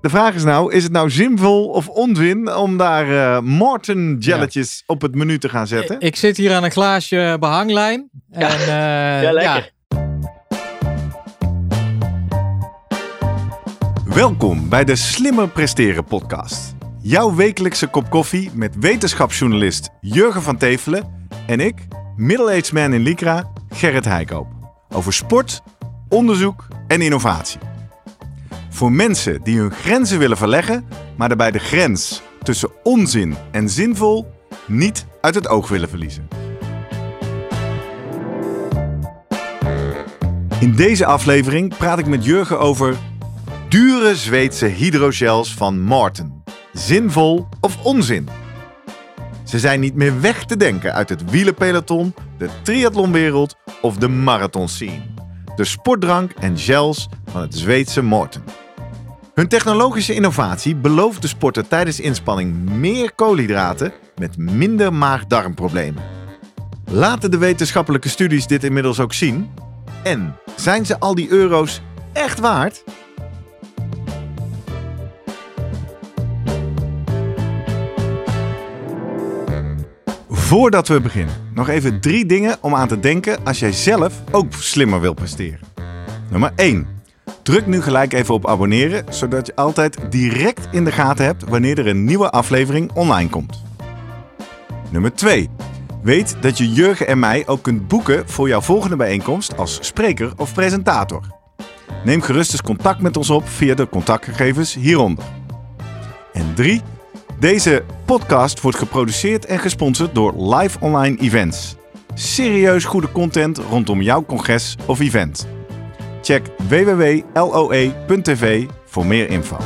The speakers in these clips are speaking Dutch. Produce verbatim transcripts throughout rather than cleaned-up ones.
De vraag is nou, is het nou zinvol of onzin om daar uh, Maarten jelletjes ja. op het menu te gaan zetten? Ik zit hier aan een glaasje behanglijn. Ja, en, uh, ja lekker. Ja. Welkom bij de Slimmer Presteren podcast. Jouw wekelijkse kop koffie met wetenschapsjournalist Jurgen van Tevelen en ik, middle-aged man in Lycra, Gerrit Heikoop. Over sport, onderzoek en innovatie. Voor mensen die hun grenzen willen verleggen, maar daarbij de grens tussen onzin en zinvol niet uit het oog willen verliezen. In deze aflevering praat ik met Jurgen over dure Zweedse hydrogels van Maarten. Zinvol of onzin? Ze zijn niet meer weg te denken uit het wielerpeloton, de triathlonwereld of de marathonscene. De sportdrank en gels van het Zweedse Maarten. Hun technologische innovatie belooft de sporter tijdens inspanning meer koolhydraten met minder maag-darmproblemen. Laten de wetenschappelijke studies dit inmiddels ook zien? En zijn ze al die euro's echt waard? Voordat we beginnen, nog even drie dingen om aan te denken als jij zelf ook slimmer wil presteren. Nummer één. Druk nu gelijk even op abonneren, zodat je altijd direct in de gaten hebt wanneer er een nieuwe aflevering online komt. Nummer twee. Weet dat je Jurgen en mij ook kunt boeken voor jouw volgende bijeenkomst als spreker of presentator. Neem gerust eens contact met ons op via de contactgegevens hieronder. En drie. Deze podcast wordt geproduceerd en gesponsord door Live Online Events. Serieus goede content rondom jouw congres of event. Check w w w punt l o e punt t v voor meer info.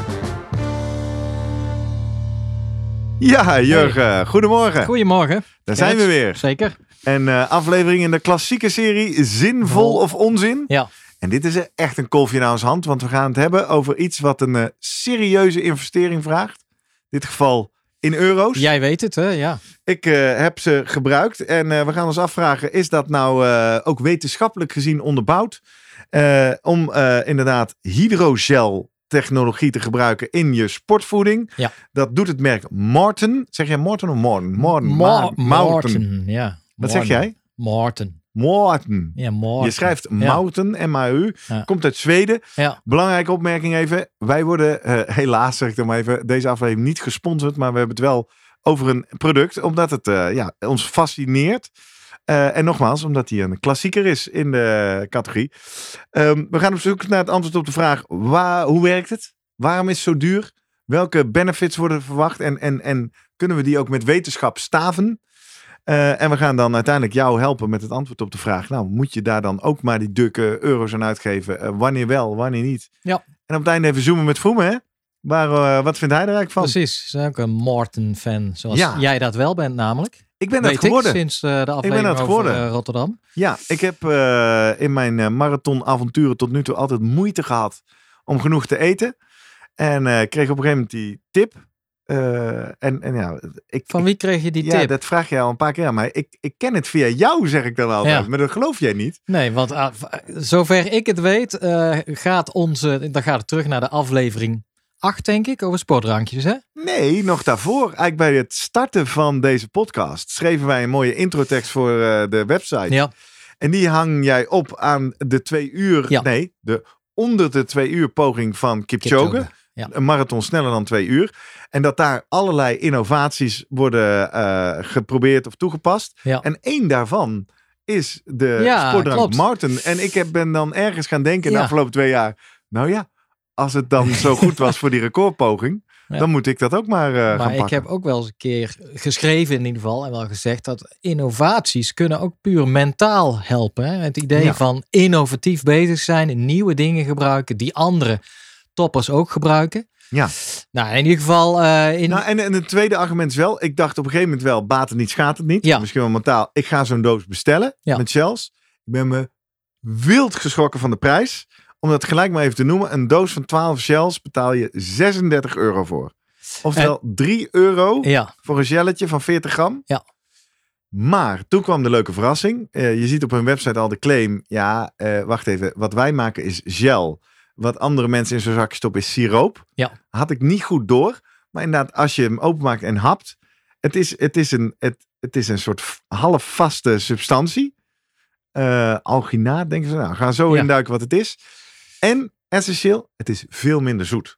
Ja, Jurgen, hey. Goedemorgen. Goedemorgen. Daar zijn we weer. Zeker. Een uh, aflevering in de klassieke serie Zinvol of Onzin. Ja. En dit is echt een kolfje naar ons hand, want we gaan het hebben over iets wat een uh, serieuze investering vraagt. In dit geval in euro's. Jij weet het, hè? Ja. Ik uh, heb ze gebruikt en uh, we gaan ons afvragen, is dat nou uh, ook wetenschappelijk gezien onderbouwd? Uh, om uh, inderdaad hydrogel technologie te gebruiken in je sportvoeding. Ja. Dat doet het merk Maarten. Zeg jij Maarten of Maarten? Maarten. Ma- Maarten, ja. Wat zeg jij? Maarten. Maarten. Ja, Maarten. Je schrijft Maarten, M A U. Ja. Komt uit Zweden. Ja. Belangrijke opmerking even. Wij worden uh, helaas, zeg ik dan maar even, deze aflevering niet gesponsord, maar we hebben het wel over een product, omdat het uh, ja, ons fascineert. Uh, en nogmaals, omdat hij een klassieker is in de categorie. Um, we gaan op zoek naar het antwoord op de vraag, waar, hoe werkt het? Waarom is het zo duur? Welke benefits worden verwacht? En, en, en kunnen we die ook met wetenschap staven? Uh, en we gaan dan uiteindelijk jou helpen met het antwoord op de vraag. Nou, moet je daar dan ook maar die dikke euro's aan uitgeven? Uh, wanneer wel, wanneer niet? Ja. En op het einde even zoomen met Vroemen, hè? Maar uh, wat vindt hij er eigenlijk van? Precies, ze zijn ook een Maarten-fan, zoals ja. jij dat wel bent namelijk. Ik ben dat Weet geworden. Ik, sinds uh, de aflevering over geworden. Uh, Rotterdam. Ja, ik heb uh, in mijn uh, marathonavonturen tot nu toe altijd moeite gehad om genoeg te eten. En uh, ik kreeg op een gegeven moment die tip. Uh, en, en ja, ik, Van wie kreeg je die ja, tip? Ja, dat vraag je al een paar keer aan mij. Ik, ik ken het via jou, zeg ik dan altijd. Ja. Maar dat geloof jij niet. Nee, want uh, zover ik het weet, uh, gaat onze, dan gaat het terug naar de aflevering acht, denk ik, over sportdrankjes, hè? Nee, nog daarvoor. Eigenlijk bij het starten van deze podcast schreven wij een mooie introtekst voor uh, de website. Ja. En die hang jij op aan de twee uur, ja. nee, de onder de twee uur poging van Kipchoge. Kipchoge. Ja. Een marathon sneller dan twee uur. En dat daar allerlei innovaties worden uh, geprobeerd of toegepast. Ja. En één daarvan is de ja, sportdrank Maarten. En ik heb, ben dan ergens gaan denken ja. de afgelopen twee jaar. Nou ja, als het dan zo goed was voor die recordpoging, ja. dan moet ik dat ook maar uh, maar gaan pakken. Maar ik heb ook wel eens een keer geschreven in ieder geval en wel gezegd dat innovaties kunnen ook puur mentaal helpen. Hè? Het idee ja. van innovatief bezig zijn, nieuwe dingen gebruiken die andere toppers ook gebruiken. Ja. Nou, in ieder geval... Uh, in... Nou, en, en het tweede argument is wel, ik dacht op een gegeven moment wel, baat het niet, schaadt het niet. Ja. Misschien wel mentaal. Ik ga zo'n doos bestellen ja. met shells. Ik ben me wild geschrokken van de prijs. Om dat gelijk maar even te noemen. Een doos van twaalf shells betaal je zesendertig euro voor. Oftewel en... drie euro ja. voor een gelletje van veertig gram. Ja. Maar toen kwam de leuke verrassing. Uh, je ziet op hun website al de claim. Ja, uh, wacht even. Wat wij maken is gel. wat andere mensen in zo'n zakje stoppen is siroop. Ja. Had ik niet goed door. Maar inderdaad, als je hem openmaakt en hapt. Het is, het is, een, het, het is een soort half vaste substantie. Uh, alginaat, denken ze. Nou, gaan zo Ja. induiken wat het is. En essentieel, het is veel minder zoet.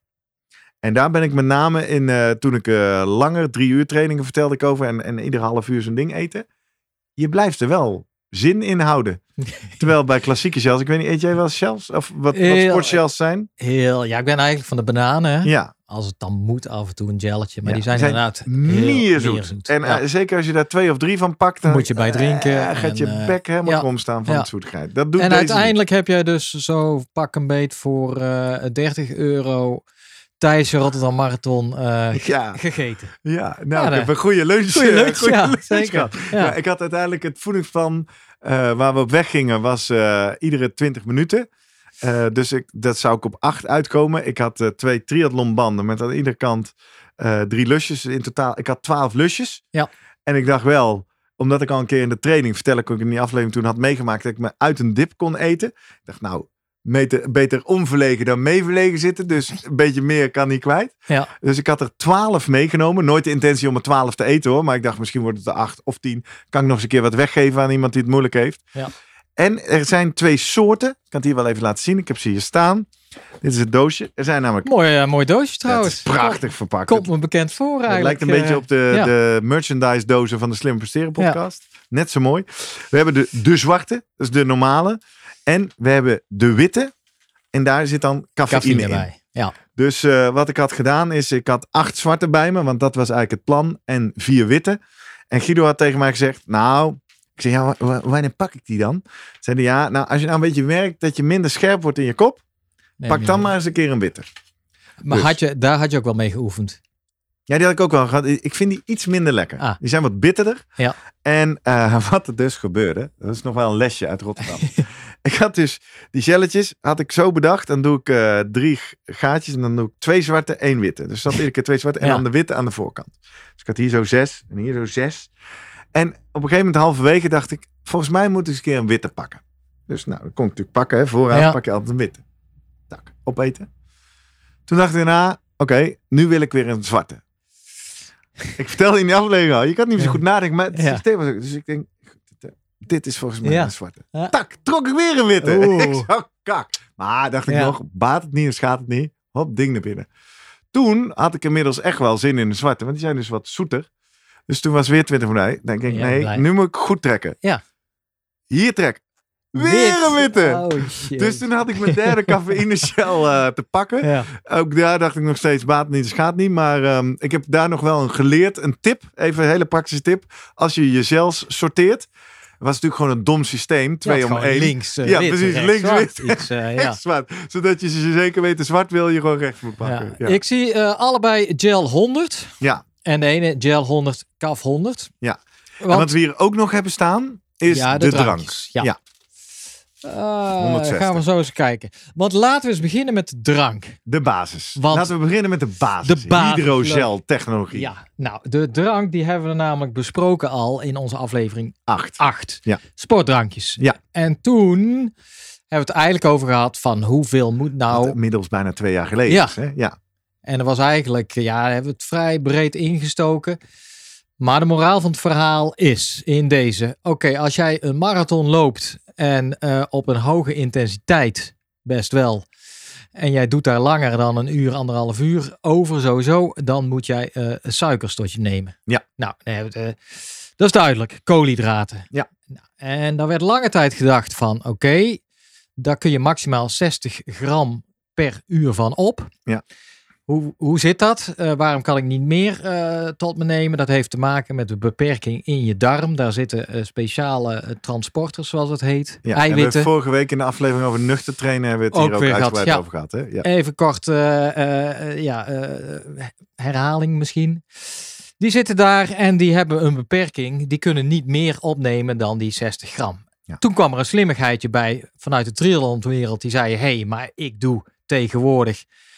En daar ben ik met name in, uh, toen ik uh, langer, drie uur trainingen vertelde ik over. En, en ieder half uur zo'n ding eten. Je blijft er wel zin in houden. Terwijl bij klassieke shells, ik weet niet, eet jij wel shells? Of wat, wat Heel- sportshells zijn? Heel, ja, ik ben eigenlijk van de bananen. hè. Ja, Als het dan moet, af en toe een gelletje. Maar Ja, die zijn, die zijn inderdaad heel mierzoet. mierzoet. En Ja. uh, zeker als je daar twee of drie van pakt, dan Moet je bij drinken uh, gaat je en, uh, bek helemaal ja. krom staan van Ja. het zoetigheid. Dat doet En deze uiteindelijk heb jij dus zo pak een beet voor uh, dertig euro tijdens je Rotterdam Marathon uh, niet. Ja, gegeten. ja, nou, Ja, ik heb de- een goede lunch. Goeie uh, lunch, goeie ja, lunch zeker. gehad. Ja. Ja, ik had uiteindelijk het voedingsplan uh, waar we op weg gingen, was uh, iedere twintig minuten. Uh, dus ik, dat zou ik op acht uitkomen. Ik had uh, twee triathlonbanden met aan iedere kant uh, drie lusjes. In totaal, ik had twaalf lusjes. Ja. En ik dacht wel, omdat ik al een keer in de training, vertel ik ook in die aflevering toen had meegemaakt, dat ik me uit een dip kon eten. Ik dacht, nou, beter, beter onverlegen dan meeverlegen zitten. Dus een beetje meer kan niet kwijt. Ja. Dus ik had er twaalf meegenomen. Nooit de intentie om er twaalf te eten hoor. Maar ik dacht, misschien wordt het er acht of tien. Kan ik nog eens een keer wat weggeven aan iemand die het moeilijk heeft. Ja. En er zijn twee soorten. Ik kan het hier wel even laten zien. Ik heb ze hier staan. Dit is het doosje. Er zijn namelijk... Mooi, uh, mooi doosje Ja, het trouwens. is prachtig verpakt. Komt me bekend voor Het eigenlijk. lijkt een beetje uh, op de, ja. de merchandise dozen van de Slim Presteren podcast. Net zo mooi. We hebben de, de zwarte. Dat is de normale. En we hebben de witte. En daar zit dan cafeïne, Cafeïne in. bij. Ja. Dus uh, wat ik had gedaan is, ik had acht zwarte bij me, want dat was eigenlijk het plan, en vier witte. En Guido had tegen mij gezegd, nou, ik zei, ja, wa- wa- wanneer pak ik die dan? Zei hij, ja, nou, als je nou een beetje merkt dat je minder scherp wordt in je kop, Neem pak je dan mee. maar eens een keer een witte. Maar dus. had je, daar had je ook wel mee geoefend. Ja, die had ik ook wel gehad. Ik vind die iets minder lekker. Ah. Die zijn wat bitterder. Ja. En uh, wat er dus gebeurde, dat is nog wel een lesje uit Rotterdam. Ik had dus die jelletjes, had ik zo bedacht. Dan doe ik uh, drie gaatjes en dan doe ik twee zwarte, één witte. Dus dan iedere keer twee zwarte en Ja. dan de witte aan de voorkant. Dus ik had hier zo zes en hier zo zes. En op een gegeven moment halverwege dacht ik, volgens mij moet ik eens een keer een witte pakken. Dus nou, dat kon ik natuurlijk pakken. Hè. Vooraan Ja. pak je altijd een witte. Tak, opeten. Toen dacht ik daarna, oké, okay, nu wil ik weer een zwarte. Ik vertelde in die aflevering al, je kan niet meer zo goed nadenken, maar het Ja. systeem was ook. Dus ik denk, dit is volgens mij Ja. een zwarte. Ja. Tak, trok ik weer een witte. Oeh. Ik zo, kak. Maar dacht ik Ja. nog, baat het niet of schaadt het niet? Hop, ding naar binnen. Toen had ik inmiddels echt wel zin in een zwarte, want die zijn dus wat zoeter. Dus toen was weer twintig voor mij. Dan denk ik, Ja, nee, blij. nu moet ik goed trekken. Ja. Hier trek. Weer Wit. een witte. Oh, shit. Dus toen had ik mijn derde cafeïne shell uh, te pakken. Ja. Ook daar dacht ik nog steeds, baat niet, schaadt niet. Maar um, ik heb daar nog wel een geleerd. Een tip, even een hele praktische tip. Als je je gels sorteert. Het was natuurlijk gewoon een dom systeem. Twee Ja, om gewoon één. links, uh, Ja, wit, precies, rechts, links, zwart. wit. Iets, uh, ja. Echt zwart. Zodat je ze zeker weten, zwart wil je gewoon rechts moet Ja. pakken. Ja, Ik zie uh, allebei gel honderd. ja. En de ene gel honderd, kaf honderd. Ja. Want, En wat we hier ook nog hebben staan, is ja, de, de drank. drankjes. Ja. Ja. Uh, honderdzestig. gaan we zo eens kijken. Want laten we eens beginnen met de drank. De basis. Want- Laten we beginnen met de basis. De basis. Hydrogel technologie. Ja, nou, de drank die hebben we namelijk besproken al in onze aflevering Acht. acht. Ja. Sportdrankjes. Ja. En toen hebben we het eigenlijk over gehad van hoeveel moet nou... Wat inmiddels bijna twee jaar geleden Ja. is. Hè? Ja. En dat was eigenlijk, ja, hebben we het vrij breed ingestoken. Maar de moraal van het verhaal is in deze. Oké, okay, als jij een marathon loopt en uh, op een hoge intensiteit, best wel. En jij doet daar langer dan een uur, anderhalf uur over sowieso. Dan moet jij uh, suikers tot je nemen. Ja. Nou, uh, dat is duidelijk. Koolhydraten. Ja. Nou, en daar werd lange tijd gedacht van, oké, okay, daar kun je maximaal zestig gram per uur van op. Ja. Hoe, hoe zit dat? Uh, waarom kan ik niet meer uh, tot me nemen? Dat heeft te maken met de beperking in je darm. Daar zitten uh, speciale uh, transporters, zoals het heet. Ja, eiwitten. En we vorige week in de aflevering over nuchter trainen hebben we het ook hier ook weer uitgebreid gehad, ja. over gehad. Hè? Ja. Even kort uh, uh, ja, uh, herhaling misschien. Die zitten daar en die hebben een beperking. Die kunnen niet meer opnemen dan die zestig gram. Ja. Toen kwam er een slimmigheidje bij vanuit de triathlonwereld. Die zei, hé, hey, maar ik doe tegenwoordig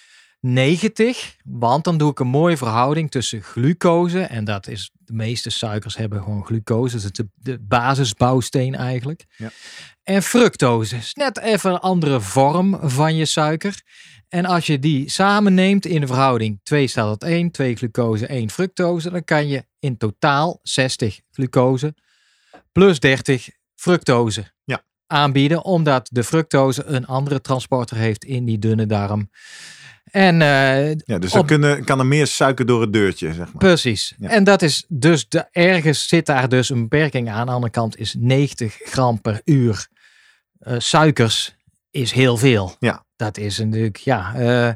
negentig. Want dan doe ik een mooie verhouding tussen glucose. En dat is, de meeste suikers hebben gewoon glucose. Dat is de, de basisbouwsteen eigenlijk. Ja. En fructose is net even een andere vorm van je suiker. En als je die samen neemt in de verhouding twee staat tot één, twee glucose, één fructose, dan kan je in totaal zestig glucose plus dertig fructose ja. aanbieden, omdat de fructose een andere transporter heeft in die dunne darm. En, uh, ja, dus dan kunnen, kan er meer suiker door het deurtje, zeg maar. Precies. Ja. En dat is dus, de, ergens zit daar dus een beperking aan. Aan de andere kant is negentig gram per uur uh, suikers is heel veel. Ja. Dat is natuurlijk, ja. Uh,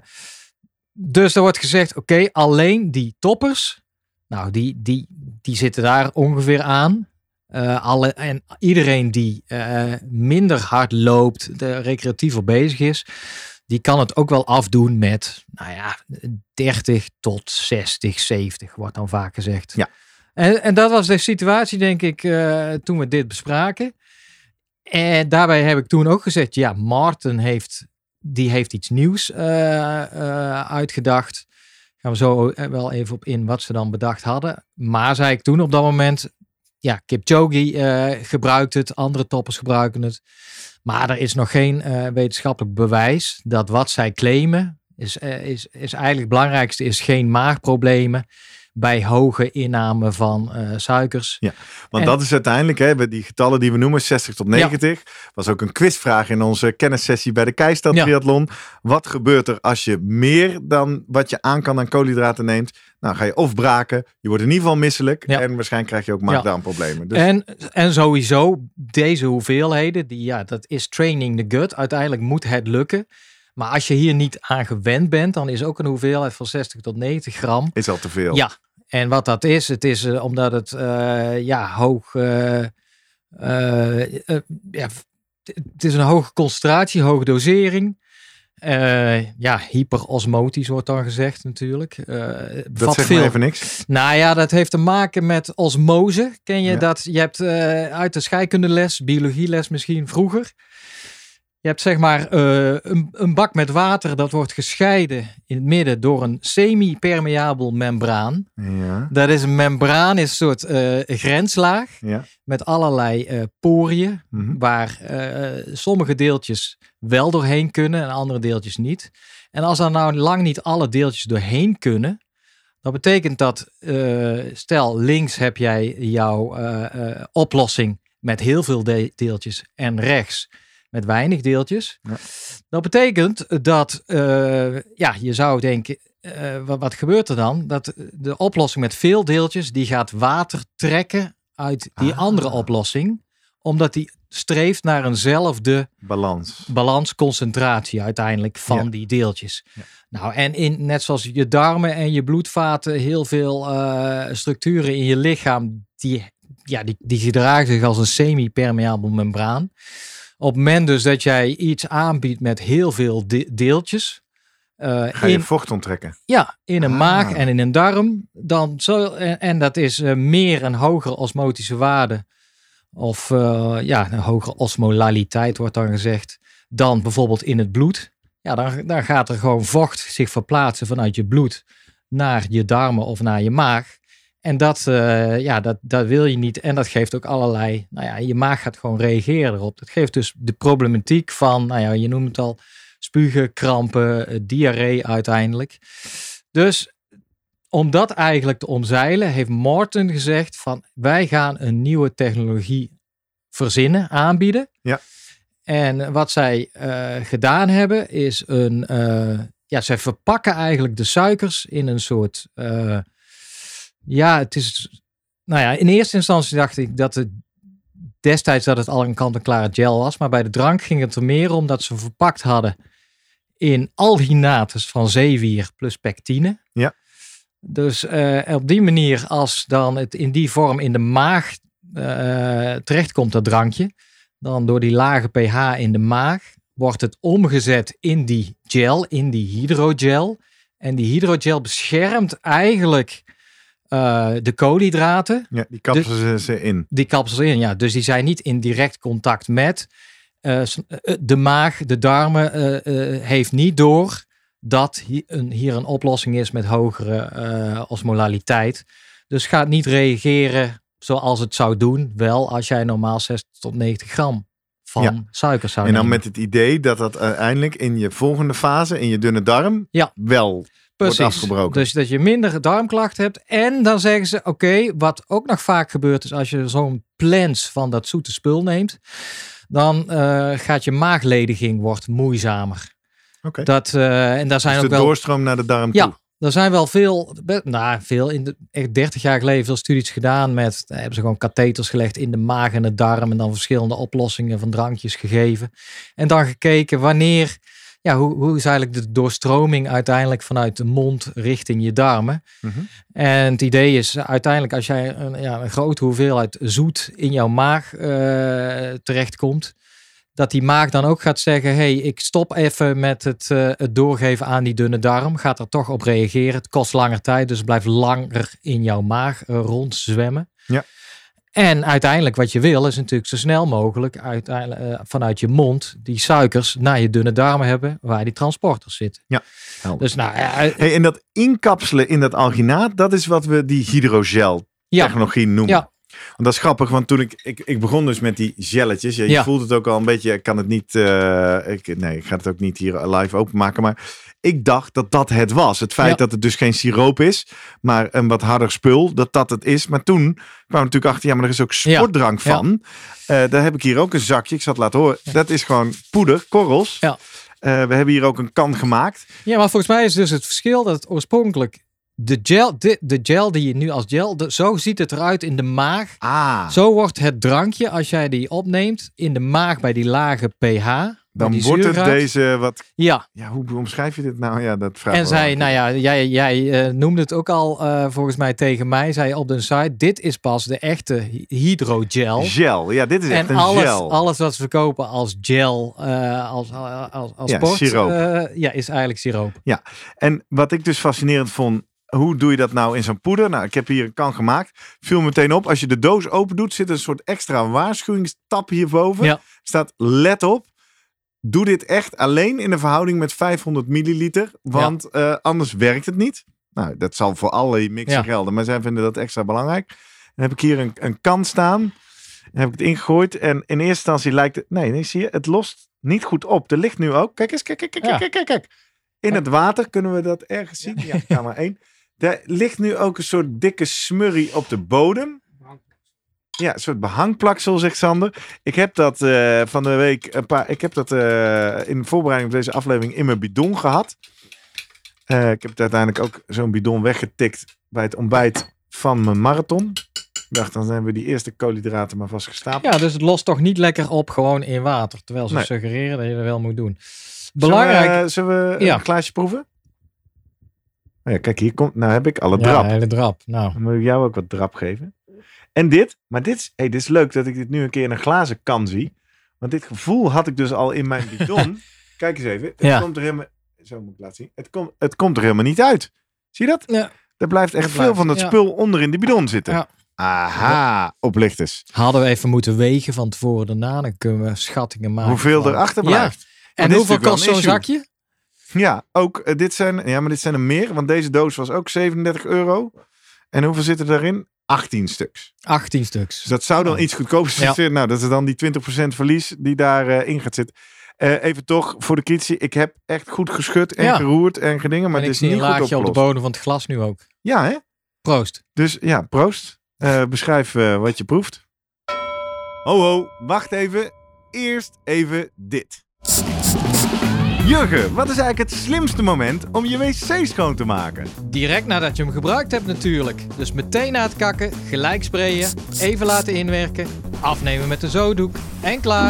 dus er wordt gezegd, oké, okay, alleen die toppers, nou, die, die, die zitten daar ongeveer aan. Uh, alle, en iedereen die uh, minder hard loopt, de recreatiever bezig is, die kan het ook wel afdoen met, nou ja, dertig tot zestig, zeventig, wordt dan vaak gezegd. Ja. En, en dat was de situatie, denk ik, uh, toen we dit bespraken. En daarbij heb ik toen ook gezegd, ja, Maarten heeft, die heeft iets nieuws uh, uh, uitgedacht. Gaan we zo wel even op in wat ze dan bedacht hadden. Maar zei ik toen op dat moment, ja, Kipchoge uh, gebruikt het, andere toppers gebruiken het. Maar er is nog geen uh, wetenschappelijk bewijs dat wat zij claimen, is, uh, is, is eigenlijk het belangrijkste, is geen maagproblemen bij hoge inname van uh, suikers. Ja, want en, dat is uiteindelijk, hè, die getallen die we noemen, zestig tot negentig. Ja. Was ook een quizvraag in onze kennissessie bij de Keistad ja. Triathlon. Wat gebeurt er als je meer dan wat je aan kan aan koolhydraten neemt? Nou, ga je of braken, je wordt in ieder geval misselijk ja. en waarschijnlijk krijg je ook maag-darmproblemen. Dus... En, en sowieso, deze hoeveelheden, die, ja, dat is training the gut. Uiteindelijk moet het lukken. Maar als je hier niet aan gewend bent, dan is ook een hoeveelheid van zestig tot negentig gram. Is al te veel. Ja. En wat dat is, het is uh, omdat het uh, ja, hoog, uh, uh, uh, ja, het is een hoge concentratie, hoge dosering. Uh, ja, hyperosmotisch wordt dan gezegd natuurlijk. Uh, dat zegt veel... me even niks. Nou ja, dat heeft te maken met osmose. Ken je ja. dat? Je hebt uh, uit de scheikundeles, biologieles misschien vroeger. Je hebt zeg maar uh, een, een bak met water, dat wordt gescheiden in het midden door een semi-permeabel membraan. Ja. Dat is een membraan, is een soort uh, grenslaag ja. met allerlei uh, poriën, mm-hmm. waar uh, sommige deeltjes wel doorheen kunnen en andere deeltjes niet. En als er nou lang niet alle deeltjes doorheen kunnen, dat betekent dat, uh, stel links heb jij jouw uh, uh, oplossing met heel veel de- deeltjes en rechts met weinig deeltjes. Ja. Dat betekent dat, uh, ja, je zou denken, uh, wat, wat gebeurt er dan? Dat de oplossing met veel deeltjes, die gaat water trekken uit die ah. andere oplossing, omdat die streeft naar eenzelfde balans, balansconcentratie uiteindelijk van ja. die deeltjes. Ja. Nou, en in, net zoals je darmen en je bloedvaten, heel veel uh, structuren in je lichaam, die, ja, die, die gedragen zich als een semi-permeabel membraan. Op het moment dus dat jij iets aanbiedt met heel veel de- deeltjes. Uh, Ga je in, vocht onttrekken? Ja, in een ah. maag en in een darm. Dan zo, en, en dat is uh, meer een hogere osmotische waarde. Of uh, ja, een hogere osmolaliteit wordt dan gezegd. Dan bijvoorbeeld in het bloed. Ja, dan, dan gaat er gewoon vocht zich verplaatsen vanuit je bloed naar je darmen of naar je maag. En dat, uh, ja, dat, dat wil je niet. En dat geeft ook allerlei, nou ja, je maag gaat gewoon reageren erop. Dat geeft dus de problematiek van, nou ja, je noemt het al, spugen, krampen, uh, diarree uiteindelijk. Dus om dat eigenlijk te omzeilen, heeft Maarten gezegd van, wij gaan een nieuwe technologie verzinnen, aanbieden. Ja. En wat zij uh, gedaan hebben, is een, uh, ja, zij verpakken eigenlijk de suikers in een soort... Uh, Ja, het is, nou ja, in eerste instantie dacht ik dat het destijds dat het al een kant-en-klare gel was. Maar bij de drank ging het er meer om dat ze verpakt hadden in alginates van zeewier plus pectine. Ja. Dus uh, op die manier, als dan het in die vorm in de maag uh, terechtkomt, dat drankje, dan door die lage pH in de maag, wordt het omgezet in die gel, in die hydrogel. En die hydrogel beschermt eigenlijk... Uh, de koolhydraten. Ja, die kapselen dus, ze in. Die kapselen in, ja. Dus die zijn niet in direct contact met uh, de maag, de darmen uh, uh, heeft niet door dat hier een, hier een oplossing is met hogere uh, osmolariteit. Dus gaat niet reageren zoals het zou doen. Wel als jij normaal zestig tot negentig gram van ja. suiker zou En dan nemen. met het idee dat dat uiteindelijk in je volgende fase, in je dunne darm, ja. wel Precies. wordt afgebroken. Dus dat je minder darmklachten hebt. En dan zeggen ze, oké, okay, wat ook nog vaak gebeurt is als je zo'n plens van dat zoete spul neemt, dan uh, gaat je maaglediging wordt moeizamer. Okay. Dat, uh, en daar zijn dus ook de wel doorstroom naar de darm ja, toe. Er zijn wel veel, nou veel, in de, echt dertig jaar geleden veel studies gedaan met, daar hebben ze gewoon katheters gelegd in de maag en de darm en dan verschillende oplossingen van drankjes gegeven. En dan gekeken wanneer, ja, hoe, hoe is eigenlijk de doorstroming uiteindelijk vanuit de mond richting je darmen. Mm-hmm. En het idee is uiteindelijk als jij een, ja, een grote hoeveelheid zoet in jouw maag uh, terechtkomt, dat die maag dan ook gaat zeggen, hey, ik stop even met het, uh, het doorgeven aan die dunne darm. Gaat er toch op reageren. Het kost langer tijd, dus het blijft langer in jouw maag uh, rondzwemmen. Ja. En uiteindelijk wat je wil is natuurlijk zo snel mogelijk uiteindelijk, uh, vanuit je mond die suikers naar je dunne darmen hebben waar die transporters zitten. Ja. Helder. Dus nou, uh, hey, en dat inkapselen in dat alginaat, dat is wat we die hydrogel technologie ja. noemen. Ja. Want dat is grappig, want toen ik, ik, ik begon dus met die gelletjes. Ja, je ja. voelt het ook al een beetje, ik kan het niet, uh, ik, nee, ik ga het ook niet hier live openmaken. Maar ik dacht dat dat het was. Het feit ja. dat het dus geen siroop is, maar een wat harder spul, dat dat het is. Maar toen kwam ik natuurlijk achter, ja, maar er is ook sportdrank ja. van. Ja. Uh, daar heb ik hier ook een zakje, ik zal het laten horen. Ja. Dat is gewoon poeder, korrels. Ja. Uh, we hebben hier ook een kan gemaakt. Ja, maar volgens mij is dus het verschil dat het oorspronkelijk De gel, de, de gel die je nu als gel, de, zo ziet het eruit in de maag. Ah. Zo wordt het drankje, als jij die opneemt, in de maag bij die lage pH. Dan die wordt het deze wat... Ja. Ja, hoe omschrijf je dit nou? Ja, dat vraag En zij, nou ja, jij, jij uh, noemde het ook al uh, volgens mij tegen mij, zei je op de site, dit is pas de echte hydrogel. Gel, ja, dit is echt en een alles, gel. alles wat ze verkopen als gel, uh, als, als, als ja, sport, siroop. Uh, ja, is eigenlijk siroop. Ja, en wat ik dus fascinerend vond, hoe doe je dat nou in zo'n poeder? Nou, ik heb hier een kan gemaakt. Viel meteen op. Als je de doos open doet, zit een soort extra waarschuwingstab hierboven. Ja. Staat, let op. Doe dit echt alleen in de verhouding met vijfhonderd milliliter. Want ja. uh, anders werkt het niet. Nou, dat zal voor alle mixen ja. gelden. Maar zij vinden dat extra belangrijk. Dan heb ik hier een, een kan staan. Dan heb ik het ingegooid. En in eerste instantie lijkt het... Nee, nee, zie je? Het lost niet goed op. Er ligt nu ook... Kijk eens, kijk, kijk, kijk, ja. kijk, kijk, kijk. In het water kunnen we dat ergens zien. Ja, kamer één. Er ligt nu ook een soort dikke smurrie op de bodem. Ja, een soort behangplaksel, zegt Sander. Ik heb dat uh, van de week een paar. Ik heb dat uh, in voorbereiding op deze aflevering in mijn bidon gehad. Uh, ik heb het uiteindelijk ook zo'n bidon weggetikt bij het ontbijt van mijn marathon. Ik dacht, dan hebben we die eerste koolhydraten maar vast gestapeld. Ja, dus het lost toch niet lekker op gewoon in water. Terwijl ze nee. suggereren dat je dat wel moet doen. Belangrijk. Zullen we, zullen we ja. een glaasje proeven? Oh ja, kijk, hier komt. Nou heb ik alle drap. Ja, hele drap. Nou. Dan moet ik jou ook wat drap geven. En dit, maar dit is, hey, dit is leuk dat ik dit nu een keer in een glazen kan zie. Want dit gevoel had ik dus al in mijn bidon. Kijk eens even. Het ja. komt er helemaal. Zo moet ik laten zien. Het, kom, het komt er helemaal niet uit. Zie je dat? Ja. Er blijft echt veel van dat ja. spul onder in de bidon zitten. Ja. Aha, oplichters. Hadden we even moeten wegen van tevoren daarna. Dan kunnen we schattingen maken. Hoeveel van... erachter blijft. Ja. En hoeveel kost zo'n zakje? Ja, ook uh, dit zijn, ja, maar dit zijn er meer. Want deze doos was ook zevenendertig euro. En hoeveel zitten erin? achttien stuks. achttien stuks. Dus dat zou dan oh. iets goedkoper zitten. Ja. Nou, dat is dan die twintig procent verlies die daarin uh, gaat zitten. Uh, even toch voor de critici. Ik heb echt goed geschud en ja. geroerd en gedingen. Maar en het is ik zie niet een laagje goed opgelost. op de bodem van het glas nu ook. Ja, hè? Proost. Dus ja, proost. Uh, beschrijf uh, wat je proeft. Ho, ho. Wacht even. Eerst even dit. Jurgen, wat is eigenlijk het slimste moment om je wc schoon te maken? Direct nadat je hem gebruikt hebt natuurlijk. Dus meteen na het kakken, gelijk sprayen, even laten inwerken, afnemen met een zooddoek en klaar.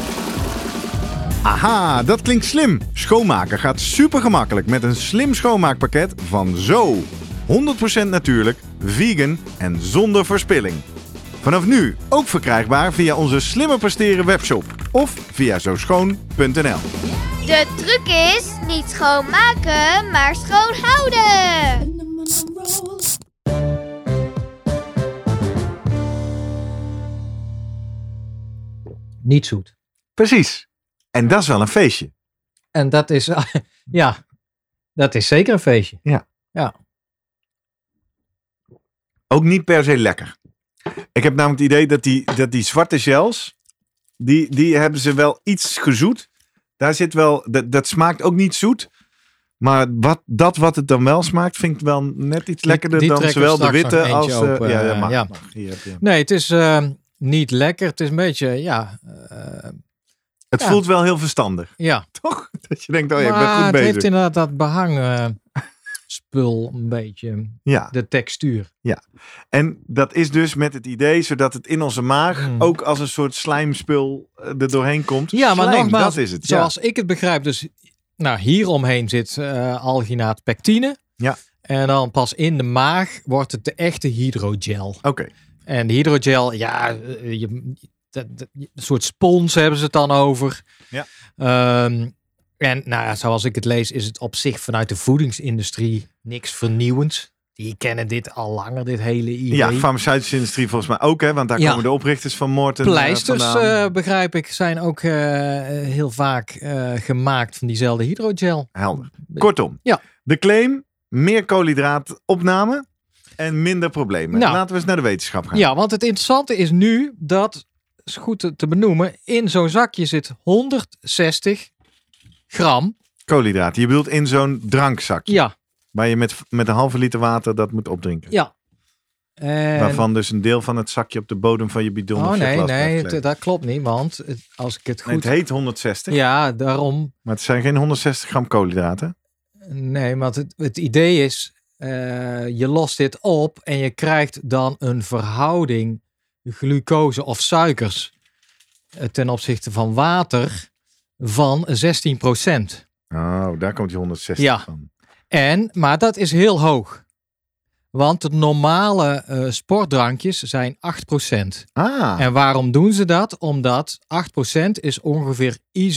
Aha, dat klinkt slim. Schoonmaken gaat super gemakkelijk met een slim schoonmaakpakket van Zo. honderd procent natuurlijk, vegan en zonder verspilling. Vanaf nu ook verkrijgbaar via onze slimmer presteren webshop of via zo schoon punt n l. De truc is niet schoonmaken, maar schoon houden. Niet zoet. Precies. En dat is wel een feestje. En dat is, ja, Dat is zeker een feestje. Ja. Ja. Ook niet per se lekker. Ik heb namelijk het idee dat die, dat die zwarte gels, die, die hebben ze wel iets gezoet. Daar zit wel, dat, dat smaakt ook niet zoet. Maar wat, dat wat het dan wel smaakt, vind ik wel net iets lekkerder die dan zowel de witte nog als... eentje Uh, open, ja, ja, mag, ja. mag. Hier heb je. Nee, het is uh, niet lekker. Het is een beetje, ja... Uh, het ja. voelt wel heel verstandig. Ja. Toch? Dat je denkt, oh ja, ik maar ben goed het bezig. heeft inderdaad dat behang uh, spul een beetje. Ja. De textuur. Ja. En dat is dus met het idee, zodat het in onze maag mm. ook als een soort slijmspul er doorheen komt. Ja, maar Slijm, nogmaals, dat is het. zoals ja. ik het begrijp, dus nou, hieromheen zit uh, alginaat pectine. Ja. En dan pas in de maag wordt het de echte hydrogel. Oké. Okay. En de hydrogel, ja, je, de, de, een soort spons hebben ze het dan over. Ja. Um, en nou ja, zoals ik het lees, is het op zich vanuit de voedingsindustrie niks vernieuwends. Die kennen dit al langer, dit hele idee. Ja, farmaceutische industrie volgens mij ook, hè? Want daar ja. komen de oprichters van Morten Pleisters, uh, uh, begrijp ik, zijn ook uh, heel vaak uh, gemaakt van diezelfde hydrogel. Helder. Kortom, ja. de claim, meer koolhydraatopname en minder problemen. Nou, laten we eens naar de wetenschap gaan. Ja, want het interessante is nu dat, is goed te, te benoemen, in zo'n zakje zit honderdzestig gram. Koolhydraten, je bedoelt in zo'n drankzakje. Ja. Waar je met, met een halve liter water dat moet opdrinken. Ja. En... Waarvan dus een deel van het zakje op de bodem van je bidon oh, of je nee, glas nee, het, dat klopt niet. Want het, als ik het goed... Nee, het heet honderdzestig. Ja, daarom... Maar het zijn geen honderdzestig gram koolhydraten. Nee, want het, het idee is... Uh, je lost dit op en je krijgt dan een verhouding glucose of suikers uh, ten opzichte van water van zestien procent. Oh, daar komt die honderdzestig ja. van. En, maar dat is heel hoog. Want de normale uh, sportdrankjes zijn acht procent. Ah. En waarom doen ze dat? Omdat acht procent is ongeveer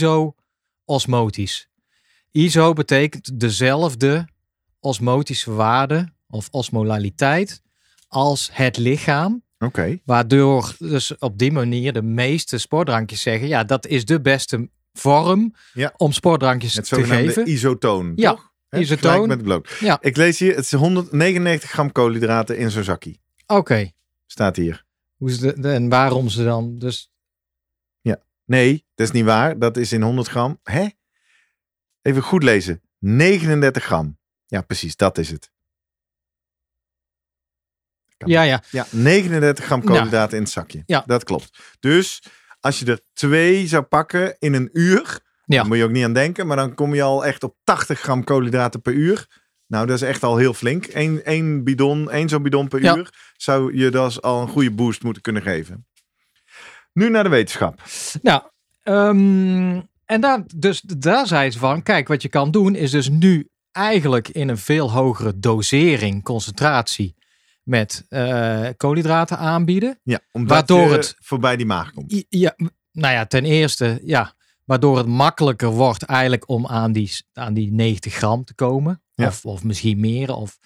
iso-osmotisch. Iso betekent dezelfde osmotische waarde of osmolariteit als het lichaam. Oké. Okay. Waardoor dus op die manier de meeste sportdrankjes zeggen, ja, dat is de beste vorm ja. om sportdrankjes het te geven. Het isotoon, ja. toch? He, isotoon. Met bloot. Ja. Ik lees hier, het is honderdnegenennegentig gram koolhydraten in zo'n zakkie. Oké. Okay. Staat hier. Hoe is de, de, en waarom ze dan dus... Ja. Nee, dat is niet waar. Dat is in honderd gram. Hè? Even goed lezen. negenendertig gram. Ja, precies. Dat is het. Kan ja, ja. Ja, negenendertig gram koolhydraten ja. in het zakje. Ja. Dat klopt. Dus als je er twee zou pakken in een uur... Ja. Daar moet je ook niet aan denken. Maar dan kom je al echt op tachtig gram koolhydraten per uur. Nou, dat is echt al heel flink. Eén, één bidon, één zo'n bidon per ja. uur... zou je dus al een goede boost moeten kunnen geven. Nu naar de wetenschap. Nou, um, en daar, dus, daar zei ze van... Kijk, wat je kan doen is dus nu eigenlijk in een veel hogere dosering, concentratie... met uh, koolhydraten aanbieden. Ja, omdat waardoor je het voorbij die maag komt. Ja, nou ja, ten eerste, ja... Waardoor het makkelijker wordt eigenlijk om aan die, aan die negentig gram te komen. Ja. Of, of misschien meer. Of,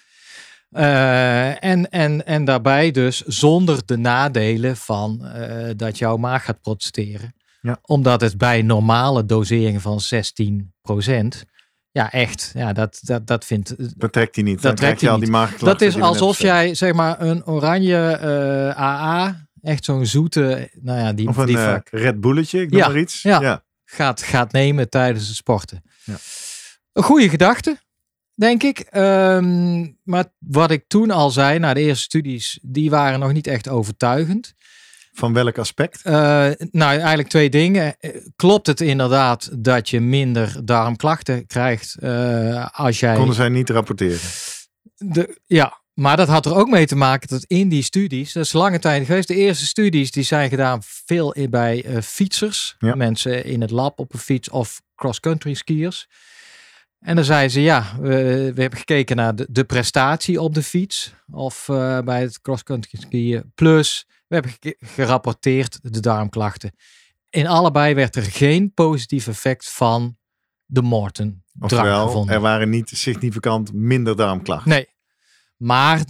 uh, en, en, en daarbij dus zonder de nadelen van uh, dat jouw maag gaat protesteren. Ja. Omdat het bij normale doseringen van zestien procent... Ja, echt. Ja, dat, dat, dat vindt... Dat trekt hij niet. Dat Dan trekt hij al niet. Die maag dat is alsof jij zeg maar een oranje uh, A A... Echt zo'n zoete... Nou ja, die, of een die uh, vaak... Red Bulletje, ik noem ja, maar iets. Ja. ja. Gaat, gaat nemen tijdens het sporten. Ja. Een goede gedachte, denk ik. Um, maar wat ik toen al zei, na de eerste studies, die waren nog niet echt overtuigend. Van welk aspect? Uh, nou, eigenlijk twee dingen. Klopt het inderdaad dat je minder darmklachten krijgt uh, als jij... Konden zij niet rapporteren? De, ja, maar dat had er ook mee te maken dat in die studies, dat is lange tijd geweest, de eerste studies die zijn gedaan veel in, bij uh, fietsers, ja. mensen in het lab op een fiets of cross-country skiers. En dan zeiden ze, ja, we, we hebben gekeken naar de, de prestatie op de fiets of uh, bij het cross-country skiën. Plus, we hebben ge- gerapporteerd de darmklachten. In allebei werd er geen positief effect van de Morten-drank gevonden. Er waren niet significant minder darmklachten. Nee. Maar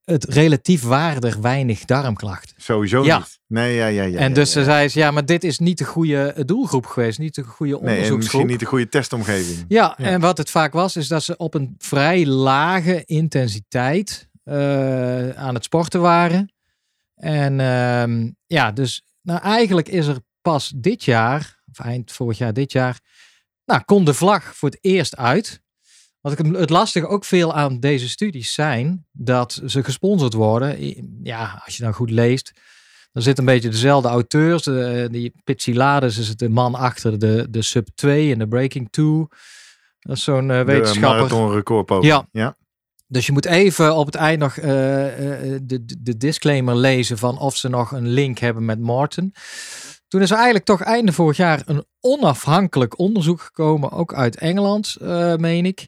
het relatief waardig weinig darmklachten. Sowieso Ja. niet. Nee, ja, ja, ja. en ja, dus ja, ze ja. zei ze, ja, maar dit is niet de goede doelgroep geweest. Niet de goede Nee, en onderzoeksgroep. misschien niet de goede testomgeving. Ja, Ja. en wat het vaak was, is dat ze op een vrij lage intensiteit uh, aan het sporten waren. En uh, ja, dus nou, eigenlijk is er pas dit jaar, of eind vorig jaar dit jaar, nou, kon de vlag voor het eerst uit. Wat ik het lastige ook veel aan deze studies zijn, dat ze gesponsord worden. Ja, als je dan goed leest, dan zitten een beetje dezelfde auteurs. Uh, die Pitsilades is de man achter de, de Sub twee en de Breaking two. Dat is zo'n uh, wetenschapper. De marathonrecordpoging. Ja. ja. Dus je moet even op het eind nog uh, uh, de, de disclaimer lezen van of ze nog een link hebben met Morton. Toen is er eigenlijk toch einde vorig jaar een onafhankelijk onderzoek gekomen, ook uit Engeland, uh, meen ik.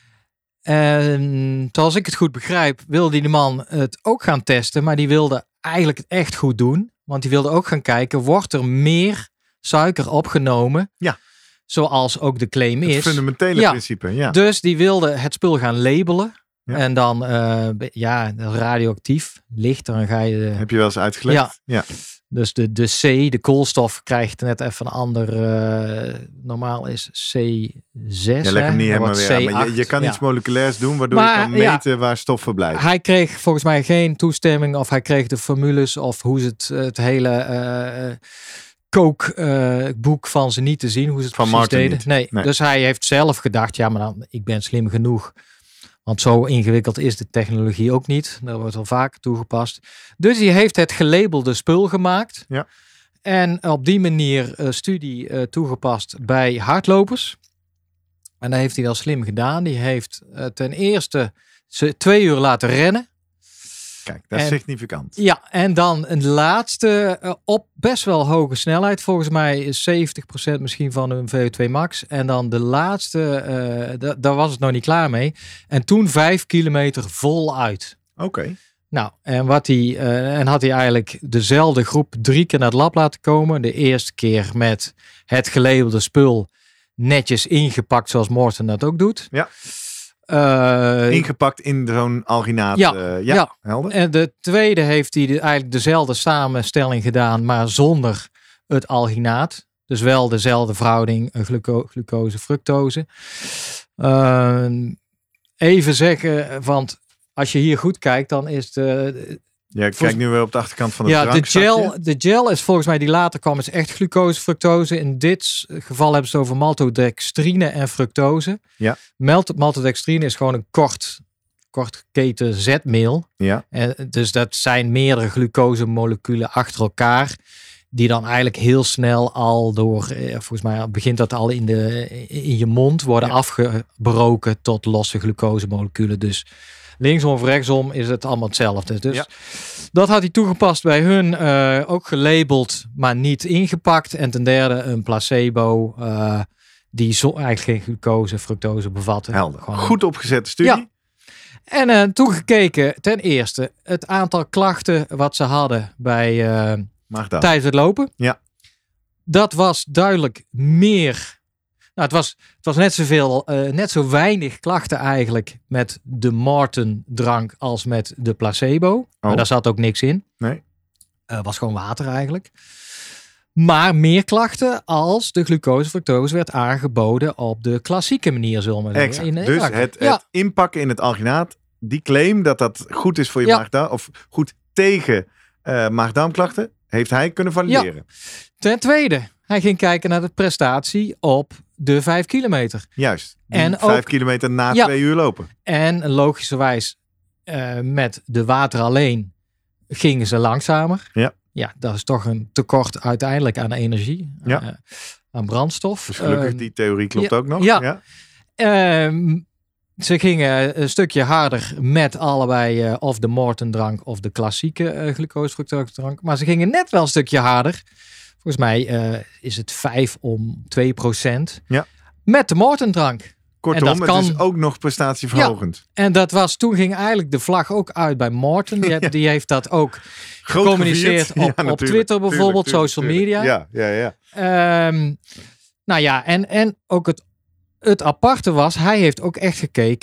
En zoals ik het goed begrijp, wilde die man het ook gaan testen, maar die wilde eigenlijk het echt goed doen. Want die wilde ook gaan kijken, wordt er meer suiker opgenomen? Ja. Zoals ook de claim is. Het fundamentele ja. principe, ja. Dus die wilde het spul gaan labelen. Ja. En dan, uh, ja, radioactief, licht, dan ga je... Heb je wel eens uitgelegd? Ja. ja. Dus de, de C, de koolstof, krijgt net even een ander... Uh, normaal is C zes. Ja, leg hem niet helemaal weer aan, maar je, je kan ja. iets moleculairs doen, waardoor maar, je kan meten ja, waar stof verblijft. Hij kreeg volgens mij geen toestemming, of hij kreeg de formules, of hoe ze het, het hele... Uh, kookboek uh, van ze niet te zien, hoe ze het van precies Martin deden. Niet. Nee. nee, dus hij heeft zelf gedacht, ja, maar dan, ik ben slim genoeg. Want zo ingewikkeld is de technologie ook niet. Dat wordt al vaker toegepast. Dus hij heeft het gelabelde spul gemaakt. Ja. En op die manier uh, studie uh, toegepast bij hardlopers. En dat heeft hij wel slim gedaan. Die heeft uh, ten eerste ze twee uur laten rennen. Kijk, dat is en, significant. Ja, en dan een laatste uh, op best wel hoge snelheid. Volgens mij is zeventig procent misschien van hun V O twee max. En dan de laatste, uh, d- daar was het nog niet klaar mee. En toen vijf kilometer voluit. Oké. Okay. Nou, en, wat hij, uh, en had hij eigenlijk dezelfde groep drie keer naar het lab laten komen. De eerste keer met het gelabelde spul netjes ingepakt zoals Morton dat ook doet. Ja. Uh, Ingepakt in zo'n alginaat. Ja, uh, ja, ja, helder. En de tweede heeft hij de, eigenlijk dezelfde samenstelling gedaan, maar zonder het alginaat. Dus wel dezelfde verhouding gluco- glucose, fructose. Uh, even zeggen, want als je hier goed kijkt, dan is de... Ja, ik kijk nu weer op de achterkant van het ja, de drankzakje. gel, de gel is volgens mij die later kwam, is echt glucose, fructose. In dit geval hebben ze het over maltodextrine en fructose. Ja. Malt, maltodextrine is gewoon een kort, kort keten zetmeel. Ja. En dus dat zijn meerdere glucosemoleculen achter elkaar, die dan eigenlijk heel snel al door, volgens mij begint dat al in, de, in je mond, worden ja. afgebroken tot losse glucosemoleculen. Dus linksom of rechtsom is het allemaal hetzelfde. Dus ja. dat had hij toegepast bij hun. Uh, ook gelabeld, maar niet ingepakt. En ten derde een placebo uh, die zo eigenlijk geen glucose, fructose bevatte. Helder. Gewoon goed opgezette studie. Ja. En uh, toen gekeken, ten eerste, het aantal klachten wat ze hadden bij uh, tijdens het lopen. Ja. Dat was duidelijk meer... Nou, het was, het was net zoveel, uh, net zo weinig klachten eigenlijk met de Morton drank als met de placebo. Oh. Maar daar zat ook niks in. Nee. Uh, was gewoon water eigenlijk. Maar meer klachten als de glucose fructose werd aangeboden op de klassieke manier, zullen we maar zeggen. Exact. Dus het, het ja. inpakken in het alginaat, die claim dat dat goed is voor je ja. maagdarm, of goed tegen uh, maagdarmklachten, heeft hij kunnen valideren. Ja. Ten tweede, hij ging kijken naar de prestatie op de vijf kilometer. Juist. En vijf ook, kilometer na ja, twee uur lopen. En logischerwijs uh, met de water alleen gingen ze langzamer. Ja. Ja, dat is toch een tekort uiteindelijk aan energie. Ja. Uh, aan brandstof. Dus gelukkig, uh, die theorie klopt ja, ook nog. Ja. ja. Uh, ze gingen een stukje harder met allebei uh, of de Morton drank of de klassieke uh, glucose fructose drank. Maar ze gingen net wel een stukje harder. Volgens mij uh, is het vijf om twee procent. Ja. Met de Morton drank. Kortom, het kan... is ook nog prestatieverhogend. Ja, en dat was, toen ging eigenlijk de vlag ook uit bij Morton. Die, ja. die heeft dat ook Groot gecommuniceerd op, ja, op Twitter bijvoorbeeld, tuurlijk, tuurlijk, social tuurlijk. media. Ja, ja, ja. Um, nou ja, en, en ook het, het aparte was, hij heeft ook echt gekeken,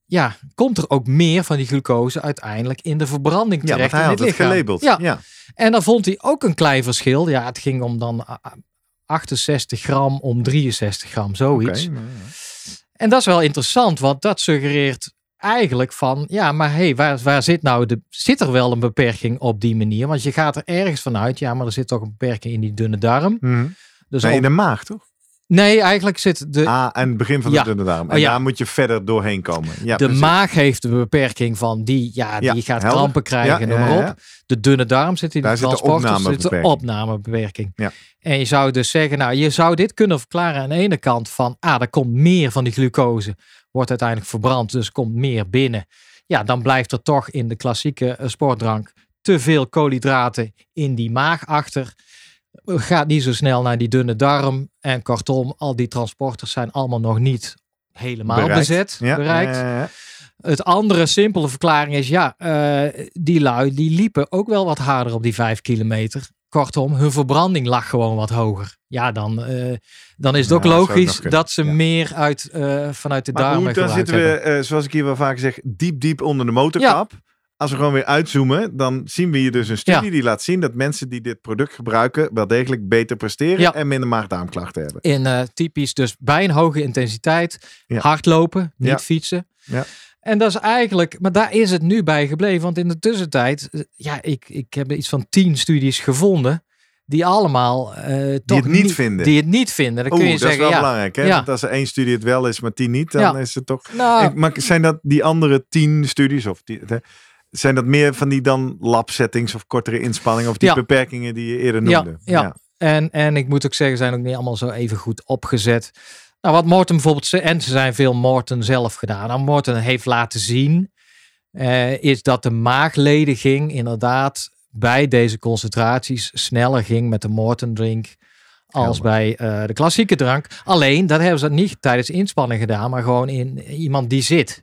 ja, komt er ook meer van die glucose uiteindelijk in de verbranding Ja, terecht want hij in had het het lichaam. gelabeld. Ja. Ja. En dan vond hij ook een klein verschil. Ja, het ging om dan achtenzestig gram om drieënzestig gram, zoiets. Oké, nou ja. En dat is wel interessant, want dat suggereert eigenlijk van, ja, maar hé, hey, waar, waar zit nou de, zit er wel een beperking op die manier? Want je gaat er ergens vanuit, ja, maar er zit toch een beperking in die dunne darm. Mhm. Dus Nee, op- in de maag, toch? nee, eigenlijk zit de, Ah, en het begin van de Ja. dunne darm. En Oh, ja. daar moet je verder doorheen komen. Ja, de precies. maag heeft een beperking van die, ja, die Ja, gaat helder. krampen krijgen, Ja, noem ja, maar ja, op. ja. De dunne darm zit in de Daar zit de transporter, zit de opnamebeperking. opnamebeperking. Ja. En je zou dus zeggen, nou, je zou dit kunnen verklaren aan de ene kant van, ah, er komt meer van die glucose, wordt uiteindelijk verbrand, dus komt meer binnen. Ja, dan blijft er toch in de klassieke eh, sportdrank te veel koolhydraten in die maag achter. Gaat niet zo snel naar die dunne darm. En kortom, al die transporters zijn allemaal nog niet helemaal Bereikt. bezet, Ja, bereikt. ja, ja, ja. Het andere simpele verklaring is, ja, eh, die lui die liepen ook wel wat harder op die vijf kilometer. Kortom, hun verbranding lag gewoon wat hoger. Ja, dan, eh, dan is het Ja, ook dat zou ook logisch nog kunnen. dat ze Ja. meer uit, eh, vanuit de Maar darmen goed, dan gebruikt zitten we, hebben. eh, zoals ik hier wel vaker zeg, diep, diep onder de motorkap. Als we gewoon weer uitzoomen, dan zien we hier dus een studie Ja. die laat zien dat mensen die dit product gebruiken wel degelijk beter presteren Ja. en minder maag-darmklachten hebben. In eh, typisch dus bij een hoge intensiteit Ja. hardlopen, niet Ja. fietsen. Ja. En dat is eigenlijk, maar daar is het nu bij gebleven. Want in de tussentijd, eh, ja, ik, ik heb iets van tien studies gevonden die allemaal eh toch het niet vinden. Die het niet vinden. Dan Oeh, kun je dat is zeggen, wel ja, belangrijk. Hè? ja. Want als er één studie het wel is, maar tien niet, dan Ja. is het toch... nou, En, maar zijn dat die andere tien studies, of die, hè, zijn dat meer van die dan lab settings of kortere inspanningen of die Ja. beperkingen die je eerder Ja, noemde? ja. En, en ik moet ook zeggen, zijn ook niet allemaal zo even goed opgezet. Nou, wat Morten bijvoorbeeld, ze- en ze zijn veel Morten zelf gedaan. Nou, Morten heeft laten zien, eh, is dat de maaglediging inderdaad bij deze concentraties sneller ging met de Morten drink als Helder. bij eh, de klassieke drank. Alleen, dat hebben ze niet tijdens inspanning gedaan, maar gewoon in iemand die zit.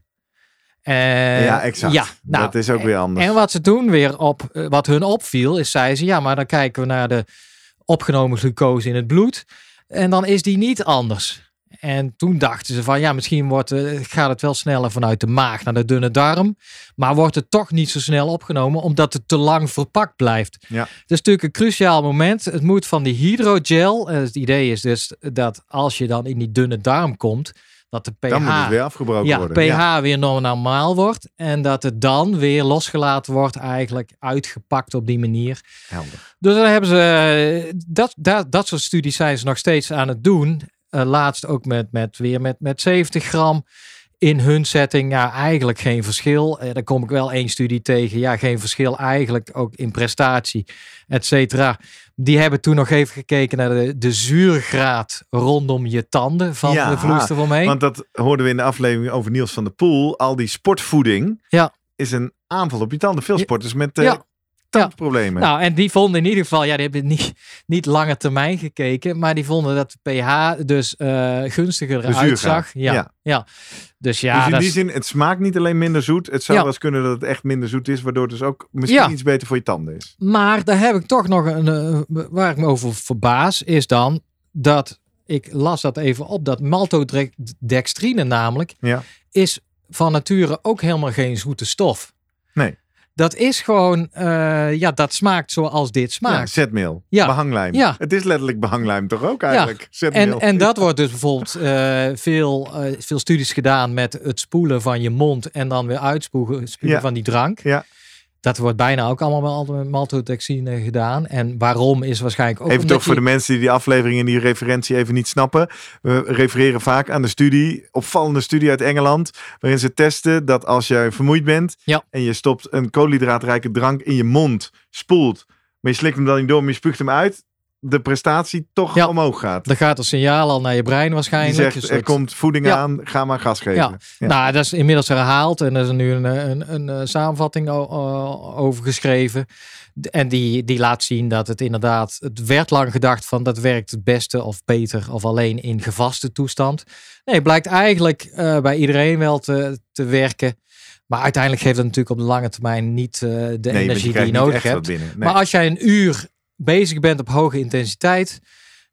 Eh, Ja, exact. Ja, nou, dat is ook weer anders. en wat ze toen weer op, eh, wat hun opviel, is zeiden ze, ja, maar dan kijken we naar de opgenomen glucose in het bloed. En dan is die niet anders. En toen dachten ze van, ja, misschien wordt, eh, gaat het wel sneller vanuit de maag naar de dunne darm. Maar wordt het toch niet zo snel opgenomen, omdat het te lang verpakt blijft. Ja. Dat is natuurlijk een cruciaal moment. Het moet van die hydrogel. En het idee is dus dat als je dan in die dunne darm komt, dat de pH... Dan moet het weer afgebroken Ja, worden. pH weer normaal wordt. En dat het dan weer losgelaten wordt, eigenlijk uitgepakt op die manier. Helder. Dus dan hebben ze dat, dat, dat soort studies zijn ze nog steeds aan het doen. Uh, laatst ook met, met weer met, met zeventig gram in hun setting. Ja, eigenlijk geen verschil. Uh, daar kom ik wel één studie tegen. Ja, geen verschil eigenlijk ook in prestatie, et cetera. Die hebben toen nog even gekeken naar de, de zuurgraad rondom je tanden van Ja, de vloeistof omheen. Want dat hoorden we in de aflevering over Niels van der Poel. Al die sportvoeding Ja. is een aanval op je tanden. Veel Ja. sporters met uh, Ja. tandproblemen. Nou, en die vonden in ieder geval, ja, die hebben niet, niet lange termijn gekeken, maar die vonden dat de pH dus uh, gunstiger De eruit zuurgraad. zag. Ja, ja. Ja. Dus ja, dus in dat die is- zin, het smaakt niet alleen minder zoet. Het zou Ja. wel eens kunnen dat het echt minder zoet is. Waardoor het dus ook misschien Ja. iets beter voor je tanden is. maar daar heb ik toch nog een, uh, waar ik me over verbaas, is dan dat, ik las dat even op, dat maltodextrine namelijk, Ja. is van nature ook helemaal geen zoete stof. Nee. Dat is gewoon, uh, ja, dat smaakt zoals dit Ja, smaakt. zetmeel. Ja. Behanglijm. Ja. Het is letterlijk behanglijm toch ook eigenlijk? Zetmeel. En, en dat wordt dus bijvoorbeeld uh, veel, uh, veel studies gedaan met het spoelen van je mond en dan weer uitspoelen spugen Ja. van die drank. Ja. Dat wordt bijna ook allemaal met maltodextrine gedaan. En waarom is waarschijnlijk ook Even omdat toch voor je- de mensen die die aflevering en die referentie even niet snappen. We refereren vaak aan de studie, opvallende studie uit Engeland, waarin ze testen dat als je vermoeid bent Ja. en je stopt een koolhydraatrijke drank in je mond, spoelt, maar je slikt hem dan niet door, maar je spuugt hem uit, de prestatie toch Ja. omhoog gaat. Dan gaat een signaal al naar je brein Die waarschijnlijk. zegt, Een er soort- komt voeding Ja. aan, ga maar gas geven. Ja. Ja. Nou, dat is inmiddels herhaald en er is nu een, een, een, een samenvatting o- o- over geschreven. En die, die laat zien dat het inderdaad, het werd lang gedacht van dat werkt het beste of beter of alleen in gevaste toestand. Nee, het blijkt eigenlijk uh, bij iedereen wel te, te werken. Maar uiteindelijk geeft het natuurlijk op de lange termijn niet uh, de Nee, want energie die krijgt je niet nodig echt wat hebt. binnen. Nee. Maar als jij een uur bezig bent op hoge intensiteit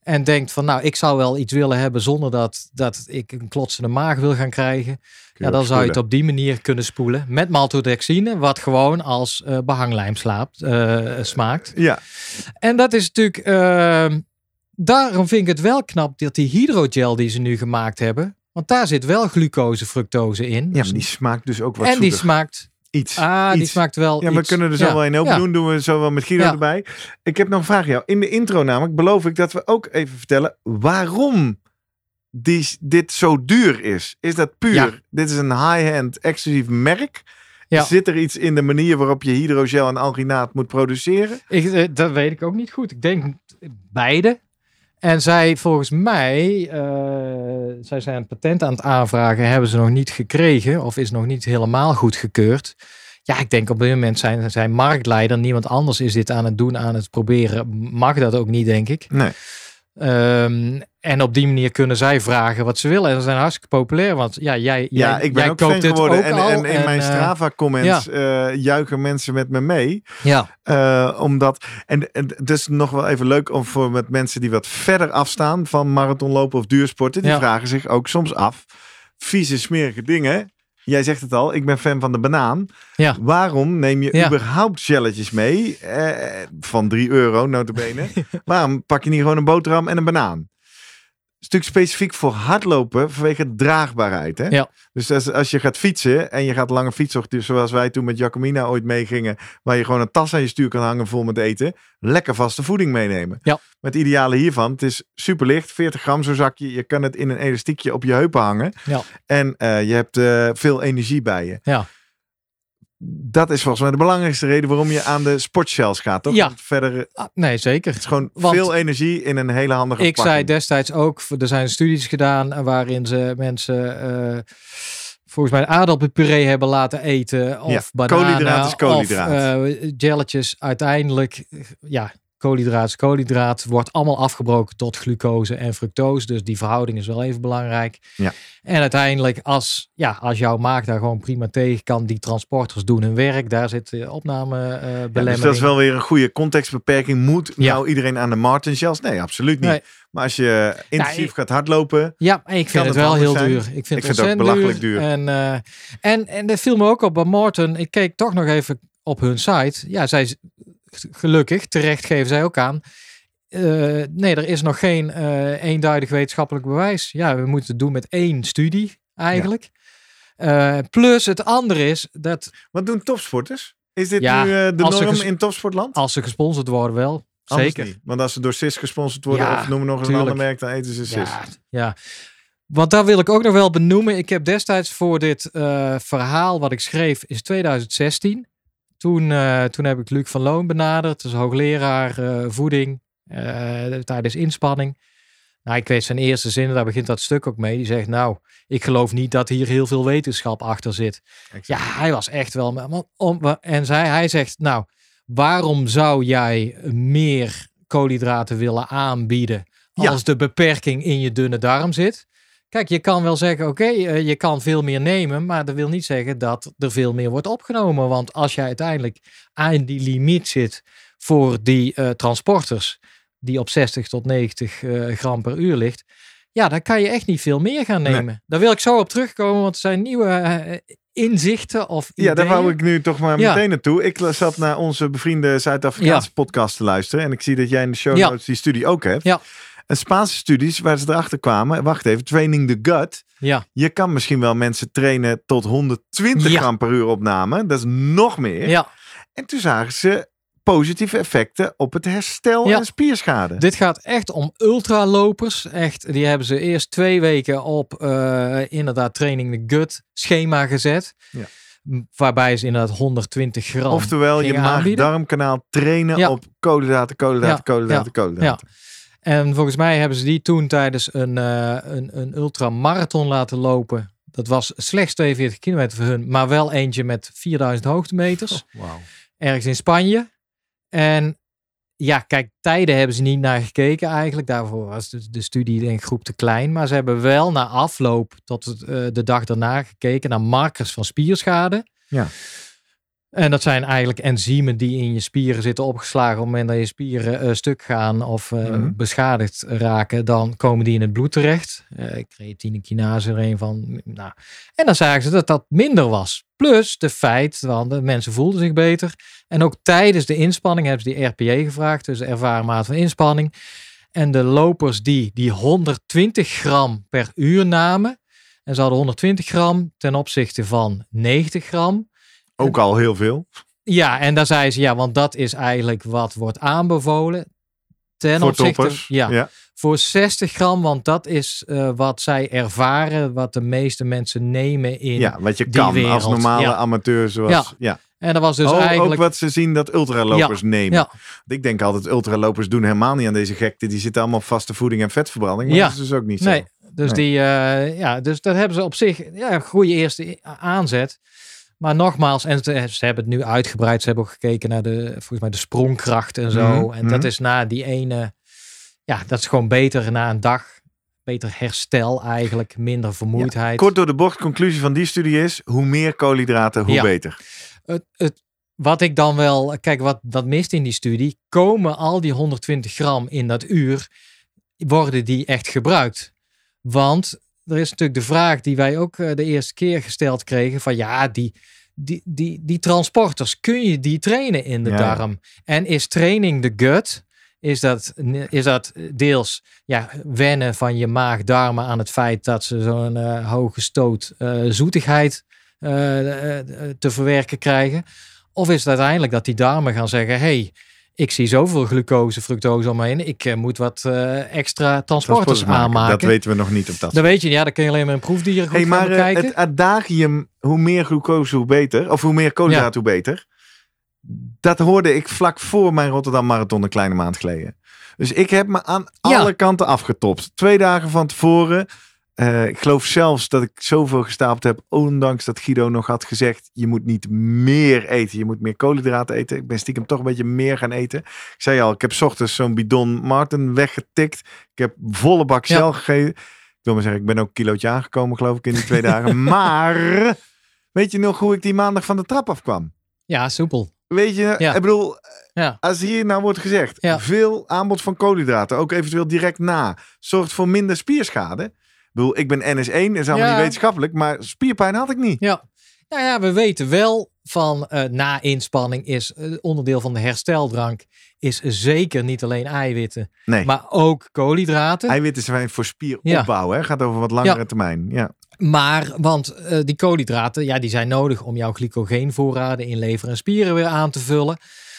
En denkt van, nou, ik zou wel iets willen hebben zonder dat, dat ik een klotsende maag wil gaan krijgen. Ja, dan zou je het op die manier kunnen spoelen. Met maltodexine, wat gewoon als uh, behanglijm slaapt, uh, smaakt. Ja. En dat is natuurlijk... Uh, daarom vind ik het wel knap dat die hydrogel die ze nu gemaakt hebben... Want daar zit wel glucose, fructose in. Ja, maar die smaakt dus ook wat En zoetig. die smaakt... Iets. Ah, iets. die smaakt wel Ja, we iets. kunnen er zo ja. wel een open ja. doen. Doen we zo wel met Guido ja. erbij. Ik heb nog een vraag aan jou. In de intro namelijk beloof ik dat we ook even vertellen waarom die, dit zo duur is. Is dat puur? Ja. Dit is een high-end exclusief merk. Ja. Zit er iets in de manier waarop je hydrogel en alginaat moet produceren? Ik, dat weet ik ook niet goed. Ik denk beide. En zij, volgens mij, uh, zij zijn een patent aan het aanvragen, hebben ze nog niet gekregen of is nog niet helemaal goedgekeurd. Ja, ik denk op dit moment zijn zij marktleider. Niemand anders is dit aan het doen, aan het proberen. Mag dat ook niet, denk ik. Nee. Um, en op die manier kunnen zij vragen wat ze willen. En ze zijn hartstikke populair. Want ja, jij, ja jij, ik ben jij ook fan geworden. Ook en, al, en in en, mijn Strava-comments ja. uh, juichen mensen met me mee. Ja. Uh, omdat, en, en dus nog wel even leuk om voor met mensen die wat verder afstaan van marathonlopen of duursporten. Die ja. vragen zich ook soms af. Vieze, smerige dingen. Jij zegt het al, ik ben fan van de banaan. Ja. Waarom neem je ja. überhaupt gelletjes mee? Eh, van drie euro, notabene. Waarom pak je niet gewoon een boterham en een banaan? Stuk specifiek voor hardlopen vanwege draagbaarheid. Hè? Ja. Dus als, als je gaat fietsen en je gaat lange fietsen, zoals wij toen met Jacomina ooit meegingen, waar je gewoon een tas aan je stuur kan hangen vol met eten, lekker vaste voeding meenemen. Ja. Met het ideale hiervan, het is super licht, veertig gram zo'n zakje. Je kan het in een elastiekje op je heupen hangen. Ja. En uh, je hebt uh, veel energie bij je. Ja. Dat is volgens mij de belangrijkste reden waarom je aan de sportshells gaat, toch? Ja. Verder, ah, nee, zeker. Het is gewoon Want veel energie in een hele handige Ik pakking. zei destijds ook, er zijn studies gedaan waarin ze mensen uh, volgens mij aardappelpuree hebben laten eten. Of ja, bananen. Koolhydraat is koolhydraat. Of uh, jelletjes uiteindelijk, ja, koolhydraat is koolhydraat. Wordt allemaal afgebroken tot glucose en fructose. Dus die verhouding is wel even belangrijk. Ja. En uiteindelijk, als, ja, als jouw maag daar gewoon prima tegen kan, die transporters doen hun werk. Daar zit de opnamebelemmering. Uh, ja, dus dat is wel weer een goede contextbeperking. Moet ja. nou iedereen aan de Martin Shells? Nee, absoluut niet. Nee. Maar als je intensief ja, ik, gaat hardlopen. Ja, ik vind het, het wel heel zijn. duur. Ik vind, ik vind het ook belachelijk duur. duur. En, uh, en, en dat viel me ook op bij Maurten. Ik keek toch nog even op hun site. Ja, zij gelukkig, terecht geven zij ook aan. Uh, nee, er is nog geen uh, eenduidig wetenschappelijk bewijs. Ja, we moeten het doen met één studie eigenlijk. Ja. Uh, plus het andere is dat... Wat doen topsporters? Is dit ja, nu uh, de norm ges- in topsportland? Als ze gesponsord worden wel, Anders zeker. Niet. Want als ze door S I S gesponsord worden ja, of noemen nog eens tuurlijk. een ander merk, dan eten ze S I S. Ja, ja. Want daar wil ik ook nog wel benoemen. Ik heb destijds voor dit uh, verhaal wat ik schreef, is twintig zestien. Toen, uh, toen heb ik Luc van Loon benaderd. Dat is hoogleraar uh, voeding uh, tijdens inspanning. Nou, ik weet zijn eerste zinnen, daar begint dat stuk ook mee. Die zegt, nou, ik geloof niet dat hier heel veel wetenschap achter zit. Exact. Ja, hij was echt wel... En zij, hij zegt, nou, waarom zou jij meer koolhydraten willen aanbieden als ja. de beperking in je dunne darm zit? Kijk, je kan wel zeggen, oké, okay, je kan veel meer nemen, maar dat wil niet zeggen dat er veel meer wordt opgenomen. Want als jij uiteindelijk aan die limiet zit voor die uh, transporters, die op zestig tot negentig uh, gram per uur ligt, ja, dan kan je echt niet veel meer gaan nemen. Nee. Daar wil ik zo op terugkomen, want er zijn nieuwe uh, inzichten of ideeën. Ja, daar wou ik nu toch maar ja. meteen naartoe. Ik zat naar onze bevriende Zuid-Afrikaanse ja. podcast te luisteren en ik zie dat jij in de show notes ja. die studie ook hebt. Ja. En Spaanse studies waar ze erachter kwamen, wacht even, training the gut. Ja. Je kan misschien wel mensen trainen tot honderdtwintig ja. gram per uur opname. Dat is nog meer. Ja. En toen zagen ze positieve effecten op het herstel ja. en spierschade. Dit gaat echt om ultralopers. Echt, die hebben ze eerst twee weken op uh, inderdaad training the gut schema gezet. Ja. Waarbij ze inderdaad honderdtwintig gram Oftewel je maag-darmkanaal trainen ja. op koolhydraten, koolhydraten, ja. koolhydraten, ja. koolhydraten. Ja. En volgens mij hebben ze die toen tijdens een, uh, een, een ultramarathon laten lopen. Dat was slechts tweeënveertig kilometer voor hun, maar wel eentje met vierduizend hoogtemeters. Oh, wow. Ergens in Spanje. En ja, kijk, tijden hebben ze niet naar gekeken eigenlijk. Daarvoor was de, de studie denk ik groep te klein. Maar ze hebben wel na afloop tot het, uh, de dag daarna gekeken naar markers van spierschade. Ja. En dat zijn eigenlijk enzymen die in je spieren zitten opgeslagen. Op het moment dat je spieren uh, stuk gaan of uh, mm-hmm. beschadigd raken, dan komen die in het bloed terecht. Uh, creatine kinase er een van. Nou. En dan zagen ze dat dat minder was. Plus de feit, want de mensen voelden zich beter. En ook tijdens de inspanning hebben ze die R P E gevraagd, dus ervaren maat van inspanning. En de lopers die, die honderdtwintig gram per uur namen, en ze hadden honderdtwintig gram ten opzichte van negentig gram. Ook al heel veel. Ja, en daar zei ze, ja, want dat is eigenlijk wat wordt aanbevolen. Ten voor opzichte, toppers. Ja, ja, voor zestig gram, want dat is uh, wat zij ervaren, wat de meeste mensen nemen in Ja, wat je die kan wereld. als normale ja. amateur. Zoals, ja. ja. En dat was dus oh, eigenlijk... ook wat ze zien dat ultralopers ja. nemen. Ja. Ik denk altijd, ultralopers doen helemaal niet aan deze gekte. Die zitten allemaal op vaste voeding en vetverbranding. Maar ja. dat is dus ook niet nee. zo. Dus, nee. die, uh, ja, dus dat hebben ze op zich ja, een goede eerste aanzet. Maar nogmaals, en ze, ze hebben het nu uitgebreid. Ze hebben ook gekeken naar de, volgens mij de sprongkracht en zo. Mm-hmm. En dat is na die ene... Ja, dat is gewoon beter na een dag. Beter herstel eigenlijk. Minder vermoeidheid. Ja, kort door de bocht, conclusie van die studie is... hoe meer koolhydraten, hoe ja. beter. Het, het, wat ik dan wel... Kijk, wat dat mist in die studie... komen al die honderdtwintig gram in dat uur... worden die echt gebruikt? Want... Er is natuurlijk de vraag die wij ook de eerste keer gesteld kregen. Van ja, die, die, die, die transporters, kun je die trainen in de ja. darm? En is training de gut? Is dat, is dat deels ja, wennen van je maag-darmen aan het feit dat ze zo'n uh, hoge stoot uh, zoetigheid uh, uh, te verwerken krijgen? Of is het uiteindelijk dat die darmen gaan zeggen... Hey, ik zie zoveel glucose, fructose om me heen. Ik uh, moet wat uh, extra transporters aanmaken. Dat weten we nog niet op dat. Dat weet je, ja, dan kun je alleen maar een proefdier goed hey, maar, gaan bekijken. Uh, het adagium, hoe meer glucose, hoe beter. Of hoe meer koolhydraten, ja. hoe beter. Dat hoorde ik vlak voor mijn Rotterdam Marathon een kleine maand geleden. Dus ik heb me aan ja. alle kanten afgetopt. Twee dagen van tevoren. Uh, ik geloof zelfs dat ik zoveel gestapeld heb, ondanks dat Guido nog had gezegd, je moet niet meer eten, je moet meer koolhydraten eten. Ik ben stiekem toch een beetje meer gaan eten. Ik zei al, ik heb 's ochtends zo'n bidon Martin weggetikt. Ik heb volle bak Shell ja. gegeten. Ik wil maar zeggen, ik ben ook een kilootje aangekomen, geloof ik, in die twee dagen. Maar, weet je nog hoe ik die maandag van de trap afkwam? Ja, soepel. Weet je, ja. ik bedoel, ja. als hier nou wordt gezegd, ja. veel aanbod van koolhydraten, ook eventueel direct na, zorgt voor minder spierschade. Ik bedoel, ik ben N S één, dat is allemaal ja. niet wetenschappelijk, maar spierpijn had ik niet. Ja, nou ja, we weten wel van uh, na inspanning is uh, onderdeel van de hersteldrank is zeker niet alleen eiwitten, nee. maar ook koolhydraten. Eiwitten zijn voor spieropbouw, ja. hè? Gaat over wat langere ja. termijn. Ja. Maar, want uh, die koolhydraten, ja, die zijn nodig om jouw glycogeenvoorraden in lever en spieren weer aan te vullen.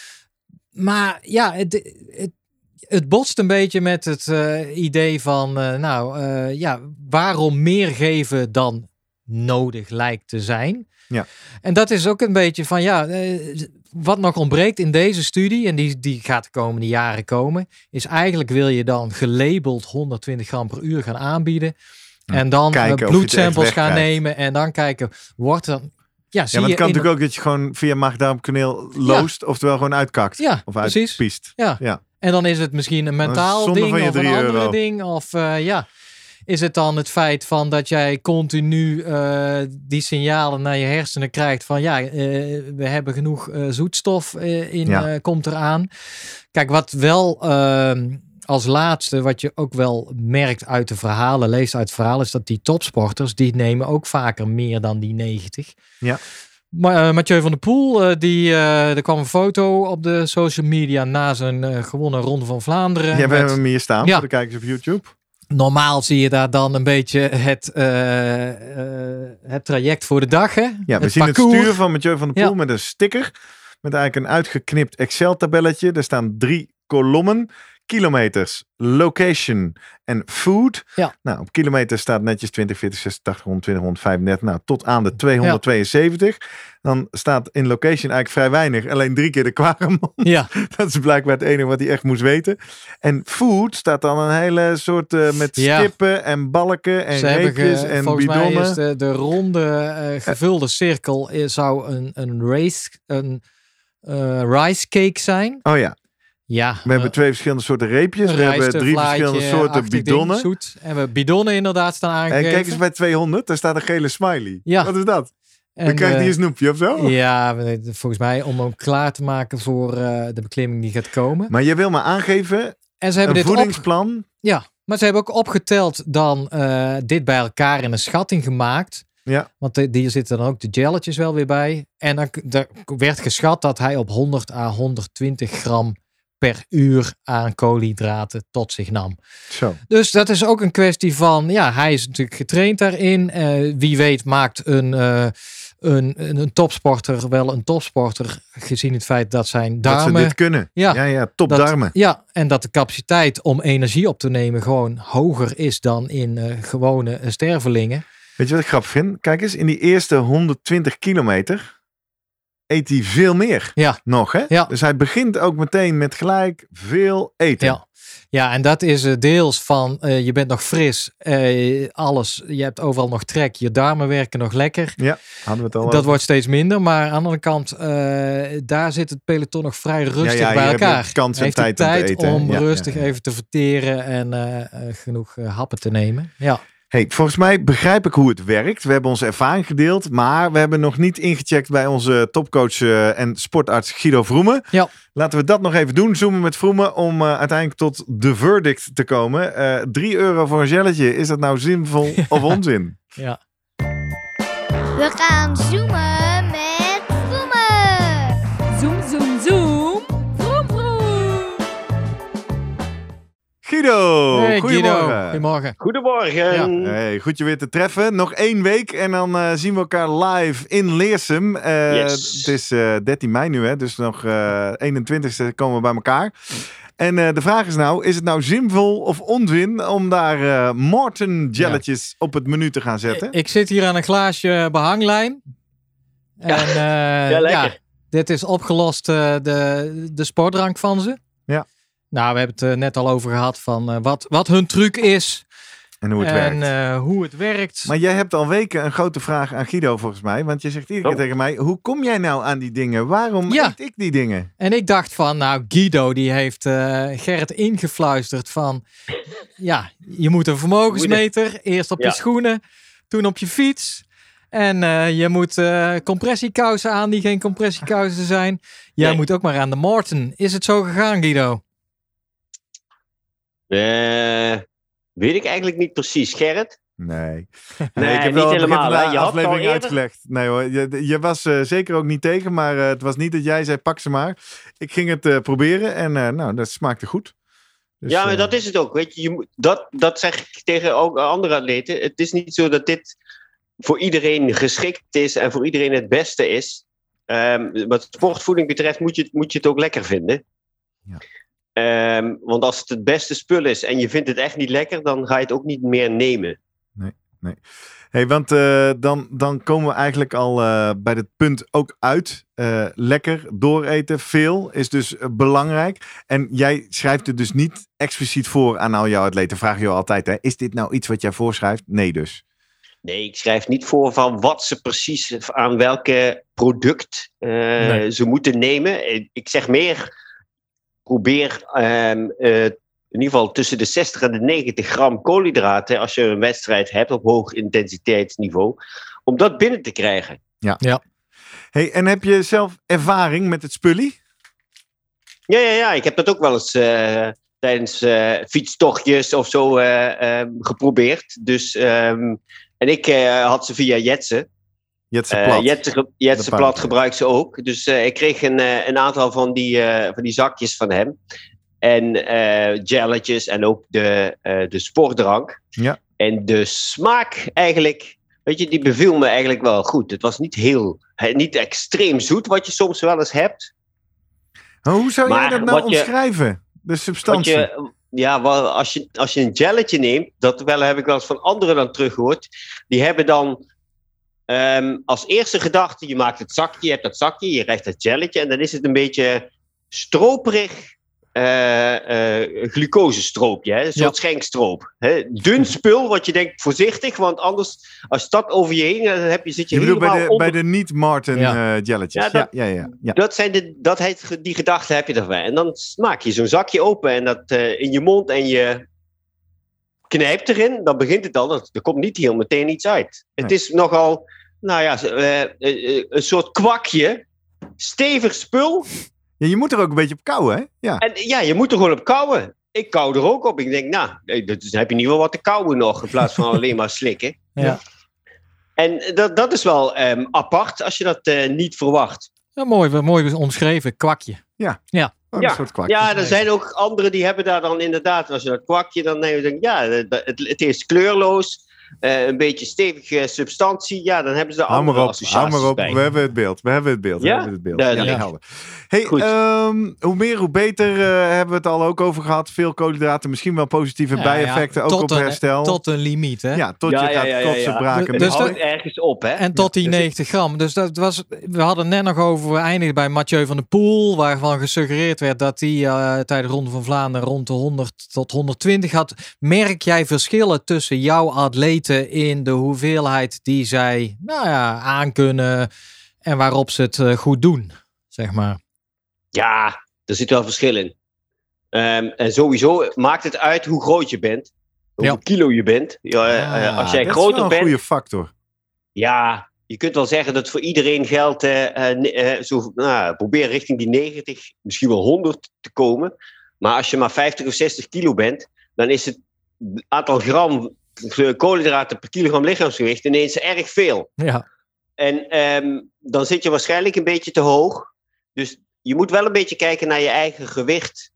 Maar ja, het, het Het botst een beetje met het uh, idee van, uh, nou uh, ja, waarom meer geven dan nodig lijkt te zijn. Ja. En dat is ook een beetje van, ja, uh, wat nog ontbreekt in deze studie, en die, die gaat de komende jaren komen, is eigenlijk wil je dan gelabeld honderdtwintig gram per uur gaan aanbieden. Ja. En dan uh, bloedsamples gaan nemen en dan kijken, wordt dan... Ja, ja, maar het kan natuurlijk ook dat je gewoon via maag-darmkaneel loost, ja. oftewel gewoon uitkakt. Ja, of uitpiest. Ja. ja. En dan is het misschien een mentaal ding of een andere euro. ding. Of uh, ja, is het dan het feit van dat jij continu uh, die signalen naar je hersenen krijgt van ja, uh, we hebben genoeg uh, zoetstof uh, in, ja. uh, komt eraan. Kijk, wat wel uh, als laatste, wat je ook wel merkt uit de verhalen, leest uit verhalen, is dat die topsporters, die nemen ook vaker meer dan die negentig. Ja. Maar uh, Mathieu van der Poel, uh, die, uh, er kwam een foto op de social media na zijn uh, gewonnen Ronde van Vlaanderen. Ja, we met, hebben hem hier staan ja. voor de kijkers op YouTube. Normaal zie je daar dan een beetje het, uh, uh, het traject voor de dag. Hè? Ja, we het zien parcours. Het stuur van Mathieu van der Poel ja. met een sticker. Met eigenlijk een uitgeknipt Excel-tabelletje. Er staan drie kolommen. Kilometers, location en food. Ja. Nou, op kilometers staat netjes twintig, veertig, zesentachtig, honderdtwintig, honderdvijfendertig. Nou, tot aan de tweehonderdtweeënzeventig. Ja. Dan staat in location eigenlijk vrij weinig. Alleen drie keer de Quaremont. Ja. Dat is blijkbaar het enige wat hij echt moest weten. En food staat dan een hele soort uh, met ja. stippen en balken en Ze reepjes ge, en volgens bidonnen. Volgens mij is de, de ronde uh, gevulde cirkel is, zou een, een race, een uh, rice cake zijn. Oh ja. Ja, we uh, hebben twee verschillende soorten reepjes. We hebben drie verschillende soorten bidonnen. Zoet. En we bidonnen inderdaad staan aangegeven. En kijk eens bij tweehonderd, daar staat een gele smiley. Ja. Wat is dat? En, dan krijgt hij een snoepje of zo? Ja, volgens mij om hem klaar te maken voor uh, de beklimming die gaat komen. Maar je wil me aangeven, en ze hebben een dit voedingsplan... Op... Ja, maar ze hebben ook opgeteld dan uh, dit bij elkaar in een schatting gemaakt. Ja. Want de, hier zitten dan ook de gelletjes wel weer bij. En dan er werd geschat dat hij op honderd à honderdtwintig gram per uur aan koolhydraten tot zich nam. Zo. Dus dat is ook een kwestie van, ja, hij is natuurlijk getraind daarin. Uh, wie weet maakt een, uh, een, een, een topsporter wel een topsporter, gezien het feit dat zijn darmen... Dat ze dit kunnen. Ja, ja, ja topdarmen. Ja, en dat de capaciteit om energie op te nemen gewoon hoger is dan in uh, gewone uh, stervelingen. Weet je wat ik grappig vind? Kijk eens, in die eerste honderdtwintig kilometer eet hij veel meer ja. nog. Hè? Ja. Dus hij begint ook meteen met gelijk veel eten. Ja, ja en dat is uh, deels van uh, je bent nog fris, uh, alles, je hebt overal nog trek, je darmen werken nog lekker. Ja, hadden we het al Dat over. wordt steeds minder, maar aan de andere kant, uh, daar zit het peloton nog vrij rustig ja, ja, bij elkaar. Kans en heeft tijd, tijd om, te eten, om ja, rustig ja, ja. even te verteren en uh, uh, genoeg uh, happen te nemen. Ja. Hey, volgens mij begrijp ik hoe het werkt. We hebben onze ervaring gedeeld, maar we hebben nog niet ingecheckt bij onze topcoach uh, en sportarts Guido Vroemen. Ja. Laten we dat nog even doen. Zoomen met Vroemen om uh, uiteindelijk tot de verdict te komen. Uh, drie euro voor een gelletje. Is dat nou zinvol of onzin? Ja. We gaan zoomen met Vroemen. Zoom, zoom, zoom. Vroom, vroom. Guido, Hey, goedemorgen. Guido. Goedemorgen. Goedemorgen. Ja. Hey, goed je weer te treffen. Nog één week en dan uh, zien we elkaar live in Leersum. Uh, Yes. Het is uh, dertien mei nu, hè? Dus nog uh, eenentwintigste komen we bij elkaar. En uh, de vraag is nou, is het nou zinvol of onzin om daar uh, Morton jelletjes ja. op het menu te gaan zetten? Ik, ik zit hier aan een glaasje behanglijn. Ja. En uh, Ja, lekker. ja, dit is opgelost uh, de, de sportdrank van ze. Ja. Nou, we hebben het uh, net al over gehad van uh, wat, wat hun truc is. En hoe het en, werkt. Uh, hoe het werkt. Maar jij hebt al weken een grote vraag aan Guido volgens mij. Want je zegt iedere keer Oh. tegen mij, hoe kom jij nou aan die dingen? Waarom Ja. eet ik die dingen? En ik dacht van, nou, Guido die heeft uh, Gerrit ingefluisterd van, ja, je moet een vermogensmeter, eerst op Ja. je schoenen, toen op je fiets. En uh, je moet uh, compressiekousen aan die geen compressiekousen zijn. Jij Nee. moet ook maar aan de Morton. Is het zo gegaan, Guido? Eh, weet ik eigenlijk niet precies, Gerrit. Nee. Nee, ik heb niet wel helemaal, de hè? Je had het al aflevering eerder. uitgelegd. Nee hoor, je, je was uh, zeker ook niet tegen, maar uh, het was niet dat jij zei pak ze maar. Ik ging het uh, proberen en uh, nou, dat smaakte goed. Dus, ja, maar uh, dat is het ook. Weet je, je moet, dat, dat zeg ik tegen ook andere atleten. Het is niet zo dat dit voor iedereen geschikt is en voor iedereen het beste is. Um, wat sportvoeding betreft moet je, moet je het ook lekker vinden. Ja. Um, want als het het beste spul is en je vindt het echt niet lekker, dan ga je het ook niet meer nemen. Hey, want uh, dan, dan komen we eigenlijk al uh, bij het punt ook uit. Uh, lekker, dooreten, veel is dus uh, belangrijk. En jij schrijft het dus niet expliciet voor aan al jouw atleten. Vraag je altijd, hè, is dit nou iets wat jij voorschrijft? Nee dus. Nee, ik schrijf niet voor van wat ze precies aan welke product uh, Nee. ze moeten nemen. Ik zeg meer, probeer um, uh, in ieder geval tussen de zestig en de negentig gram koolhydraten, als je een wedstrijd hebt op hoog intensiteitsniveau, om dat binnen te krijgen. Ja. Ja. Hey, en heb je zelf ervaring met het spullie? Ja, ja, ja. Ik heb dat ook wel eens uh, tijdens uh, fietstochtjes of zo uh, um, geprobeerd. Dus, um, en ik uh, had ze via Jetsen. Jetse Uh, plat. Jetse, Jetse De plat paard. gebruikt ze ook. Dus uh, ik kreeg een, uh, een aantal van die, uh, van die zakjes van hem. En uh, jelletjes en ook de, uh, de sportdrank. Ja. En de smaak eigenlijk, weet je, die beviel me eigenlijk wel goed. Het was niet heel, niet extreem zoet, wat je soms wel eens hebt. Oh, hoe zou jij Maar dat nou wat je- omschrijven? De Wat substantie. je, ja, wel, als, je, als je een jelletje neemt, dat wel, heb ik wel eens van anderen dan teruggehoord. Die hebben dan um, als eerste gedachte, je maakt het zakje, je hebt dat zakje, je krijgt dat jelletje. En dan is het een beetje stroperig. Uh, uh, glucosestroopje, hè? Een soort Ja. schenkstroop. Hè? Dun spul, wat je denkt voorzichtig, want anders, als je dat over je heen, dan heb je, zit je, Je bedoelt helemaal bij de, onder... bij de niet-Martin Ja. uh, jelletjes. Ja, Ja, dat- ja, ja, ja. Dat zijn de, dat heet, die gedachten heb je erbij. En dan maak je zo'n zakje open en dat uh, in je mond en je knijpt erin. Dan begint het al. Dat- Er komt niet heel meteen iets uit. Het Nee. is nogal nou ja, uh, uh, een soort kwakje. Stevig spul. Ja, je moet er ook een beetje op kauwen, hè? Ja. En ja, je moet er gewoon op kauwen. Ik kauw er ook op. Ik denk, nou, dan heb je in ieder geval wat te kauwen nog, in plaats van alleen maar slikken. Ja. En dat, dat is wel um, apart, als je dat uh, niet verwacht. Ja, mooi, mooi omschreven, kwakje. Ja. Ja. Oh, ja. Een soort kwakje. Ja, er zijn ook anderen die hebben daar dan inderdaad, als je dat kwakje, dan denk je, ja, het, het is kleurloos. Uh, een beetje stevige substantie, ja, dan hebben ze de andere hou associaties hou maar op. bij. We hebben het beeld. We hebben het beeld. Ja? We hebben het beeld. Duidelijk. Ja, helder. Hey, um, hoe meer, hoe beter uh, hebben we het al ook over gehad. Veel koolhydraten, misschien wel positieve Ja, bijeffecten, ja, ook tot op een, herstel. Tot een limiet, hè? Ja, tot Ja, je ja, gaat ja, ja, kotsen, ja. braken. Het Dus houdt dat- ergens op, hè? En tot die Ja, dus negentig gram. Dus dat was, we hadden net nog over, we eindigden bij Mathieu van der Poel, waarvan gesuggereerd werd dat hij uh, tijdens de Ronde van Vlaanderen rond de honderd tot honderdtwintig had. Merk jij verschillen tussen jouw atleten in de hoeveelheid die zij, nou ja, aankunnen en waarop ze het uh, goed doen, zeg maar? Ja, er zit wel verschil in. Um, en sowieso maakt het uit hoe groot je bent. Hoeveel Ja. kilo je bent. Ja, uh, Ah, als jij dat groter is wel een bent, goede factor. ja, je kunt wel zeggen dat voor iedereen geldt, uh, uh, zo, nou, probeer richting die negentig, misschien wel honderd te komen. Maar als je maar vijftig of zestig kilo bent, dan is het aantal gram koolhydraten per kilogram lichaamsgewicht ineens erg veel. Ja. En um, dan zit je waarschijnlijk een beetje te hoog. Dus je moet wel een beetje kijken naar je eigen gewicht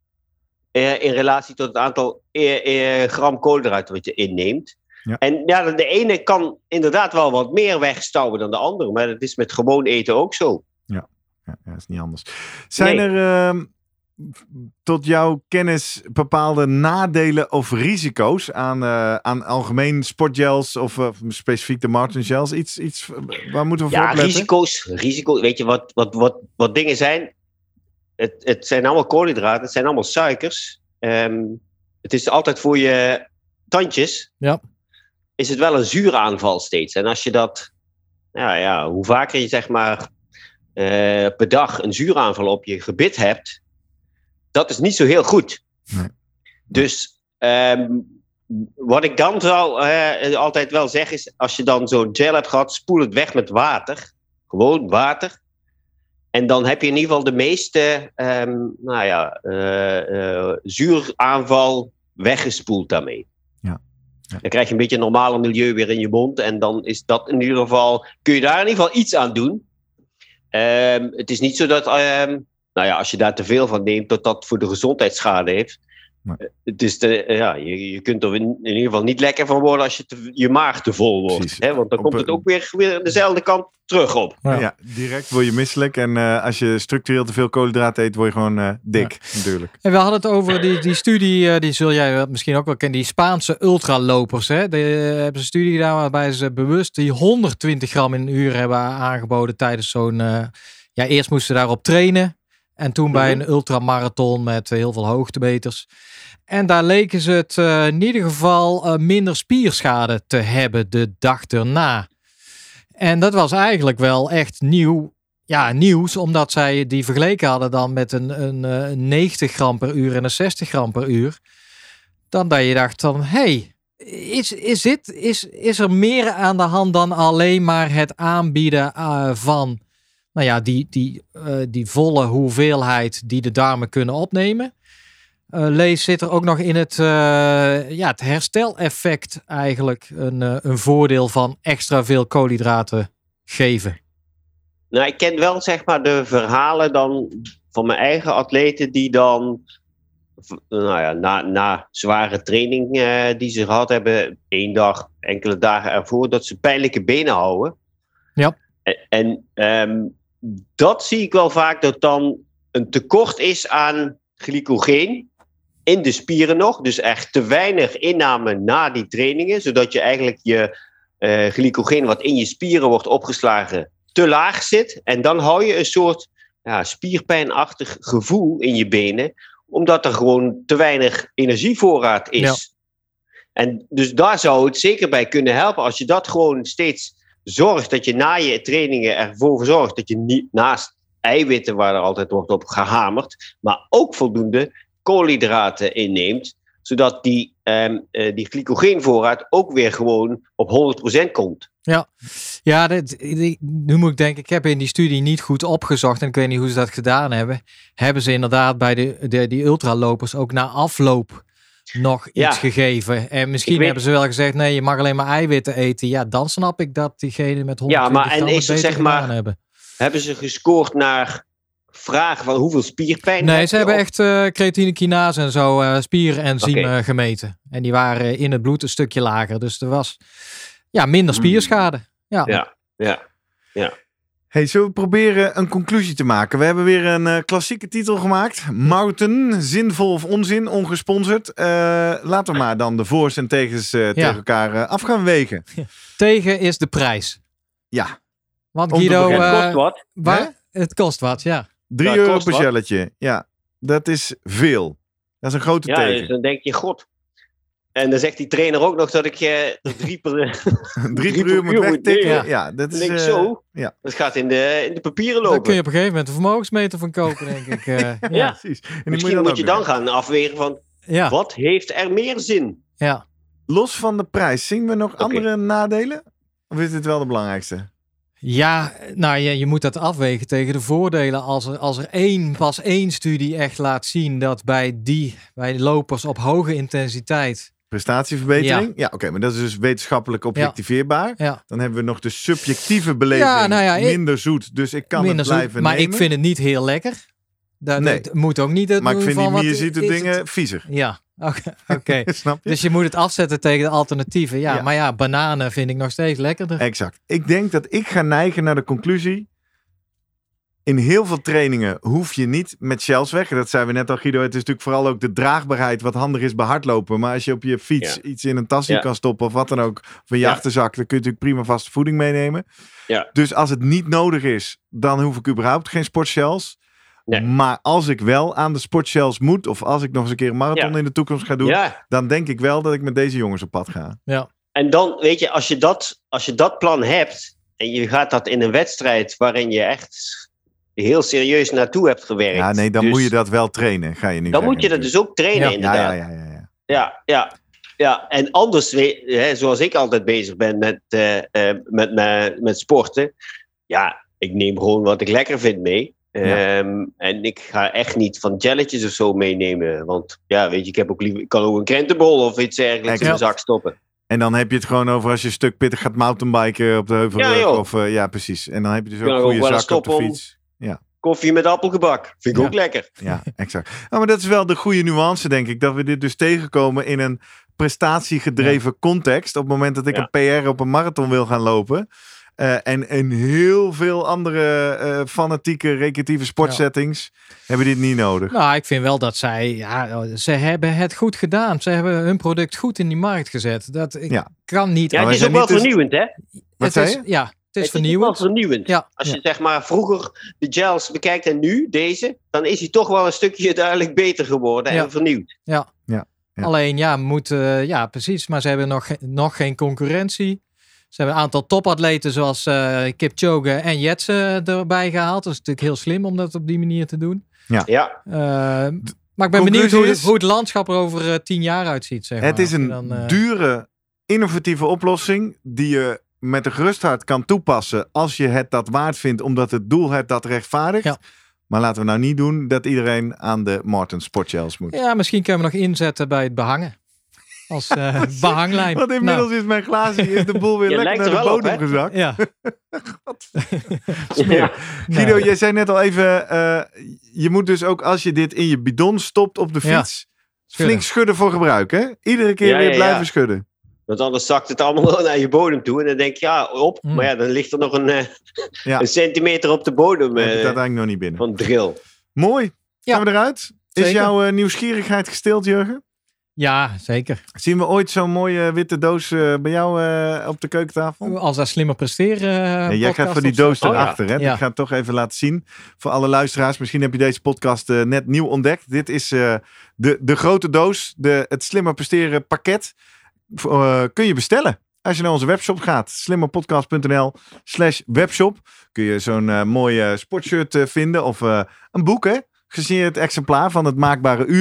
uh, in relatie tot het aantal uh, uh, gram koolhydraten wat je inneemt. Ja. En ja, de ene kan inderdaad wel wat meer wegstouwen dan de andere, maar dat is met gewoon eten ook zo. Ja, ja dat is niet anders. Zijn Nee. er uh, tot jouw kennis bepaalde nadelen of risico's aan, uh, aan algemeen sportgels of uh, specifiek de Martin gels? Iets, iets waar moeten we voor Ja, opletten? risico's, risico's. Weet je wat, wat, wat, wat dingen zijn? Het, het zijn allemaal koolhydraten, het zijn allemaal suikers. Um, het is altijd voor je tandjes. Ja. Is het wel een zuuraanval steeds. En als je dat, ja, ja, hoe vaker je zeg maar uh, per dag een zuuraanval op je gebit hebt, dat is niet zo heel goed. Nee. Dus um, wat ik dan zou uh, altijd wel zeg is, als je dan zo'n gel hebt gehad, spoel het weg met water. Gewoon water. En dan heb je in ieder geval de meeste um, nou ja, uh, uh, zuuraanval weggespoeld daarmee. Ja. Ja. Dan krijg je een beetje een normale milieu weer in je mond. En dan is dat in ieder geval, kun je daar in ieder geval iets aan doen. Um, het is niet zo dat, um, nou ja, als je daar te veel van neemt, dat dat voor de gezondheidsschade heeft. Nee. Uh, het is de, uh, ja, je, je kunt er in, in ieder geval niet lekker van worden als je, te, je maag te vol wordt. Hè? Want dan Op komt een- het ook weer, weer dezelfde kant terug op. Ja. Ja. direct word je misselijk. En uh, als je structureel te veel koolhydraten eet, word je gewoon uh, dik, natuurlijk. En we hadden het over die, die studie, uh, die zul jij misschien ook wel kennen, die Spaanse ultralopers. Hè? Die uh, hebben een studie gedaan waarbij ze bewust die honderdtwintig gram in een uur hebben aangeboden tijdens zo'n... Uh, ja, eerst moesten ze daarop trainen. En toen bij Mhm. een ultramarathon met uh, heel veel hoogtemeters. En daar leken ze het uh, in ieder geval uh, minder spierschade te hebben de dag erna. En dat was eigenlijk wel echt nieuw. Ja, nieuws, omdat zij die vergeleken hadden dan met een, een, een negentig gram per uur en een zestig gram per uur. Dan dat je dacht van, hey, is, is, dit, is, is er meer aan de hand dan alleen maar het aanbieden uh, van, nou ja, die, die, uh, die volle hoeveelheid die de darmen kunnen opnemen? Uh, lees zit er ook nog in het, uh, ja, het hersteleffect eigenlijk een, uh, een voordeel van extra veel koolhydraten geven. Nou, ik ken wel zeg maar de verhalen dan van mijn eigen atleten die dan, nou ja, na, na zware training uh, die ze gehad hebben, één dag, enkele dagen ervoor, dat ze pijnlijke benen houden. Ja. En, en um, dat zie ik wel vaak, dat dan een tekort is aan glycogeen in de spieren nog. Dus echt te weinig inname na die trainingen, zodat je eigenlijk je uh, glycogeen wat in je spieren wordt opgeslagen te laag zit. En dan hou je een soort ja, spierpijnachtig gevoel in je benen, omdat er gewoon te weinig energievoorraad is. Ja. En dus daar zou het zeker bij kunnen helpen als je dat gewoon steeds zorgt, dat je na je trainingen ervoor zorgt dat je niet naast eiwitten, waar er altijd wordt op gehamerd, maar ook voldoende koolhydraten inneemt, Zodat die, um, uh, die glycogeenvoorraad ook weer gewoon op honderd procent komt. Ja, ja dit, die, nu moet ik denken, ik heb in die studie niet goed opgezocht en ik weet niet hoe ze dat gedaan hebben. Hebben ze inderdaad bij de, de, die ultralopers ook na afloop nog iets ja. gegeven? En misschien weet... hebben ze wel gezegd, nee, je mag alleen maar eiwitten eten. Ja, dan snap ik dat diegenen met honderdtwintig ja, maar, en is er, zeg maar, hebben. Hebben ze gescoord naar vragen van hoeveel spierpijn? Nee, heb ze hebben of... echt uh, creatinekinase en zo uh, spierenzymen okay. gemeten. En die waren in het bloed een stukje lager. Dus er was ja, minder spierschade. Ja, ja, ja. ja. Hey, zullen we proberen een conclusie te maken? We hebben weer een uh, klassieke titel gemaakt. Mountain, zinvol of onzin, ongesponsord. Uh, laten we maar dan de voor's en tegens uh, ja. tegen elkaar uh, af gaan wegen. Ja. Tegen is de prijs. Ja. Want Guido... Het uh, kost wat. Waar? Het kost wat, ja. Drie euro per gelletje. Ja, dat is veel. Dat is een grote ja, tegen. Dus dan denk je, god. En dan zegt die trainer ook nog dat ik uh, drie per, drie drie per uur moet wegtikken. Ja. ja, dat is... denk uh, zo. Ja. Dat gaat in de, in de papieren lopen. Daar kun je op een gegeven moment een vermogensmeter van kopen, denk ik. Uh, ja. ja, precies. En misschien moet je dan, moet je dan gaan afwegen van, ja. wat heeft er meer zin? Ja. Los van de prijs, zien we nog okay. andere nadelen? Of is dit wel de belangrijkste? Ja, nou je, je moet dat afwegen tegen de voordelen. Als er, als er één, pas één studie echt laat zien dat bij die, bij lopers op hoge intensiteit... Prestatieverbetering? Ja, ja oké, okay, maar dat is dus wetenschappelijk objectiveerbaar. Ja. Ja. Dan hebben we nog de subjectieve beleving. Ja, nou ja, minder zoet, dus ik kan het blijven zoet, maar nemen. ik vind het niet heel lekker. Dat, nee. Het moet ook niet het maar ik vind van die mierziete dingen het? viezer. Ja, oké. Okay, okay. Snap je? Dus je moet het afzetten tegen de alternatieven. Ja, ja, maar ja, bananen vind ik nog steeds lekkerder. Exact. Ik denk dat ik ga neigen naar de conclusie. In heel veel trainingen hoef je niet met shells weg. Dat zeiden we net al, Guido. Het is natuurlijk vooral ook de draagbaarheid wat handig is bij hardlopen. Maar als je op je fiets ja. iets in een tasje ja. kan stoppen of wat dan ook. Of een je ja. achterzak, dan kun je natuurlijk prima vaste voeding meenemen. Ja. Dus als het niet nodig is, dan hoef ik überhaupt geen sportshells. Nee. Maar als ik wel aan de sportshells moet, of als ik nog eens een keer een marathon ja. in de toekomst ga doen, ja. dan denk ik wel dat ik met deze jongens op pad ga. Ja. En dan, weet je, als je dat, als je dat plan hebt en je gaat dat in een wedstrijd waarin je echt heel serieus naartoe hebt gewerkt. Ja, nee, dan dus, moet je dat wel trainen, ga je nu Dan zeggen, moet je dat dus ook trainen, ja. inderdaad. Ja, ja, ja, ja, ja. ja, ja. Ja, en anders, hè, zoals ik altijd bezig ben met, uh, uh, met, met, met sporten. Ja, ik neem gewoon wat ik lekker vind mee. Ja. Um, en ik ga echt niet van jelletjes of zo meenemen. Want ja, weet je, ik, heb ook liever, ik kan ook een krentenbol of iets dergelijks in mijn zak stoppen. En dan heb je het gewoon over als je een stuk pittig gaat mountainbiken op de heuvelrug. Ja, of, uh, ja, precies. En dan heb je dus ook een goede zak op de fiets. Ja. Koffie met appelgebak. Vind ik ja. ook lekker. Ja, exact. Oh, maar dat is wel de goede nuance, denk ik. Dat we dit dus tegenkomen in een prestatiegedreven ja. context. Op het moment dat ik ja. een P R op een marathon wil gaan lopen. Uh, en in heel veel andere uh, fanatieke, recreatieve sportsettings ja. hebben dit niet nodig. Nou, ik vind wel dat zij, ja, ze hebben het goed gedaan. Ze hebben hun product goed in die markt gezet. Dat ja. kan niet. Ja, het is ook wel vernieuwend, hè? Wat zei je? Ja, het is het vernieuwend. Is wel vernieuwend. Ja. Als je ja. zeg maar vroeger de gels bekijkt en nu deze, dan is hij toch wel een stukje duidelijk beter geworden ja. en vernieuwd. Ja. Ja. Ja. Alleen, ja, moet, uh, ja, precies. Maar ze hebben nog, nog geen concurrentie. Ze hebben een aantal topatleten zoals uh, Kipchoge en Jetsen erbij gehaald. Dat is natuurlijk heel slim om dat op die manier te doen. Ja. ja. Uh, maar ik ben benieuwd hoe, is, hoe het landschap er over uh, tien jaar uitziet. Zeg het maar. is een dan, uh... dure, innovatieve oplossing die je met een gerust hart kan toepassen als je het dat waard vindt, omdat het doel het dat rechtvaardigt. Ja. Maar laten we nou niet doen dat iedereen aan de Maurten Sportshells moet. Ja, misschien kunnen we nog inzetten bij het behangen. Als uh, behanglijn. Want inmiddels nou. is mijn glazen is de boel weer lekker naar de bodem op, gezakt. Ja. ja. Guido, nou. jij zei net al even, uh, je moet dus ook als je dit in je bidon stopt op de fiets, ja. schudden. flink schudden voor gebruik, hè? Iedere keer ja, weer ja, blijven ja. schudden. Want anders zakt het allemaal naar je bodem toe en dan denk je, ja, op. Mm. Maar ja, dan ligt er nog een, uh, ja. een centimeter op de bodem. Uh, heb je dat eigenlijk nog niet binnen. Van drill. Mooi. Ja. Gaan we eruit? Zeker. Is jouw uh, nieuwsgierigheid gestild, Jurgen? Ja, zeker. Zien we ooit zo'n mooie witte doos uh, bij jou uh, op de keukentafel? Als dat slimmer presteren. Uh, nee, jij gaat voor die doos erachter. Oh, ja. hè? Ja. Ik ga het toch even laten zien. Voor alle luisteraars. Misschien heb je deze podcast uh, net nieuw ontdekt. Dit is uh, de, de grote doos. De, het slimmer presteren pakket. Uh, kun je bestellen. Als je naar onze webshop gaat. slimmerpodcast.nl slash webshop. Kun je zo'n uh, mooie sportshirt uh, vinden. Of uh, een boek. Hè? Gesigneerd exemplaar van het maakbare uur.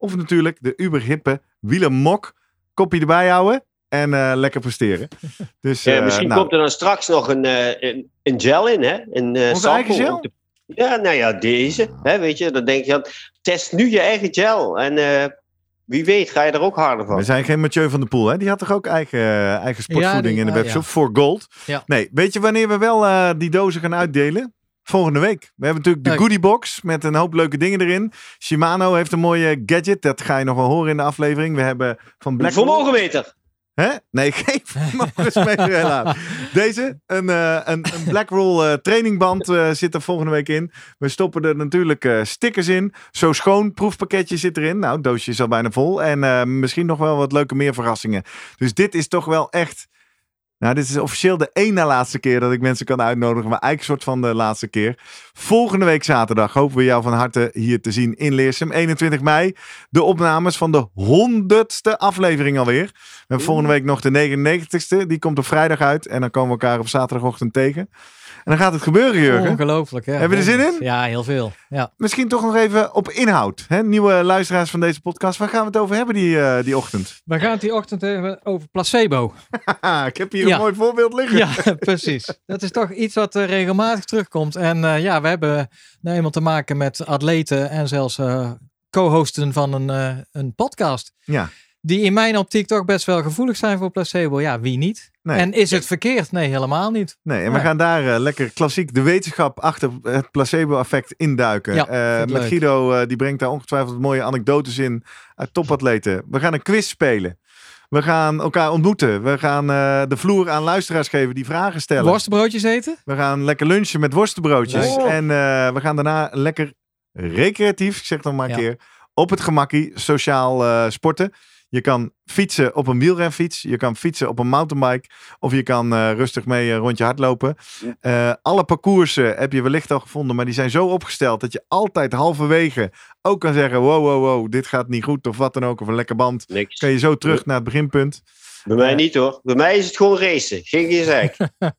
Of natuurlijk de uberhippe wielermok. Kopje erbij houden en uh, lekker presteren. Dus, ja, uh, misschien nou. komt er dan straks nog een, uh, een, een gel in, hè? Een, uh, Onze eigen gel? De... Ja, nou ja, deze. Hè, weet je, dan denk je dan, test nu je eigen gel. En uh, wie weet ga je er ook harder van. We zijn geen Mathieu van der Poel, hè? Die had toch ook eigen, uh, eigen sportvoeding ja, die, in de webshop uh, ja. voor Gold. Ja. Nee, weet je wanneer we wel uh, die dozen gaan uitdelen? Volgende week. We hebben natuurlijk de Leuk. goodiebox met een hoop leuke dingen erin. Shimano heeft een mooie gadget. Dat ga je nog wel horen in de aflevering. We hebben van Black vermogenmeter. Hè? Nee, geen vermogensmeter helaas. Deze, een, uh, een, een Blackroll uh, trainingband uh, zit er volgende week in. We stoppen er natuurlijk uh, stickers in. Zo schoon proefpakketje zit erin. Nou, het doosje is al bijna vol. En uh, misschien nog wel wat leuke meer verrassingen. Dus dit is toch wel echt... Nou, dit is officieel de één na laatste keer dat ik mensen kan uitnodigen. Maar eigenlijk soort van de laatste keer. Volgende week zaterdag hopen we jou van harte hier te zien in Leersum. eenentwintig mei. De opnames van de honderdste aflevering alweer. We hebben volgende week nog de negenennegentigste. Die komt op vrijdag uit. En dan komen we elkaar op zaterdagochtend tegen. En dan gaat het gebeuren, Jurgen. Ongelooflijk, hè? Hebben we er zin in? Ja, heel veel. Ja. Misschien toch nog even op inhoud. Hè? Nieuwe luisteraars van deze podcast. Waar gaan we het over hebben die, uh, die ochtend? We gaan het die ochtend hebben over placebo. Ik heb hier ja. een mooi voorbeeld liggen. Ja, precies. Dat is toch iets wat uh, regelmatig terugkomt. En uh, ja, we hebben nou eenmaal te maken met atleten en zelfs uh, co-hosten van een, uh, een podcast. Ja. Die in mijn optiek toch best wel gevoelig zijn voor placebo. Ja, wie niet? Nee. En is het verkeerd? Nee, helemaal niet. Nee, en we ja. gaan daar uh, lekker klassiek de wetenschap achter het placebo-effect induiken. Ja, uh, met leuk. Guido, uh, die brengt daar ongetwijfeld mooie anekdotes in uit topatleten. We gaan een quiz spelen. We gaan elkaar ontmoeten. We gaan uh, de vloer aan luisteraars geven die vragen stellen. Worstenbroodjes eten? We gaan lekker lunchen met worstenbroodjes. Oh. En uh, we gaan daarna lekker recreatief, ik zeg het nog maar een ja. keer, op het gemakkie sociaal uh, sporten. Je kan fietsen op een wielrenfiets. Je kan fietsen op een mountainbike. Of je kan uh, rustig mee een rondje hardlopen. Uh, alle parcoursen heb je wellicht al gevonden. Maar die zijn zo opgesteld dat je altijd halverwege ook kan zeggen. Wow, wow, wow. Dit gaat niet goed. Of wat dan ook. Of een lekker band. Niks. Kan je zo terug nee. naar het beginpunt. Bij mij niet hoor. Bij mij is het gewoon racen. Geen gezeik.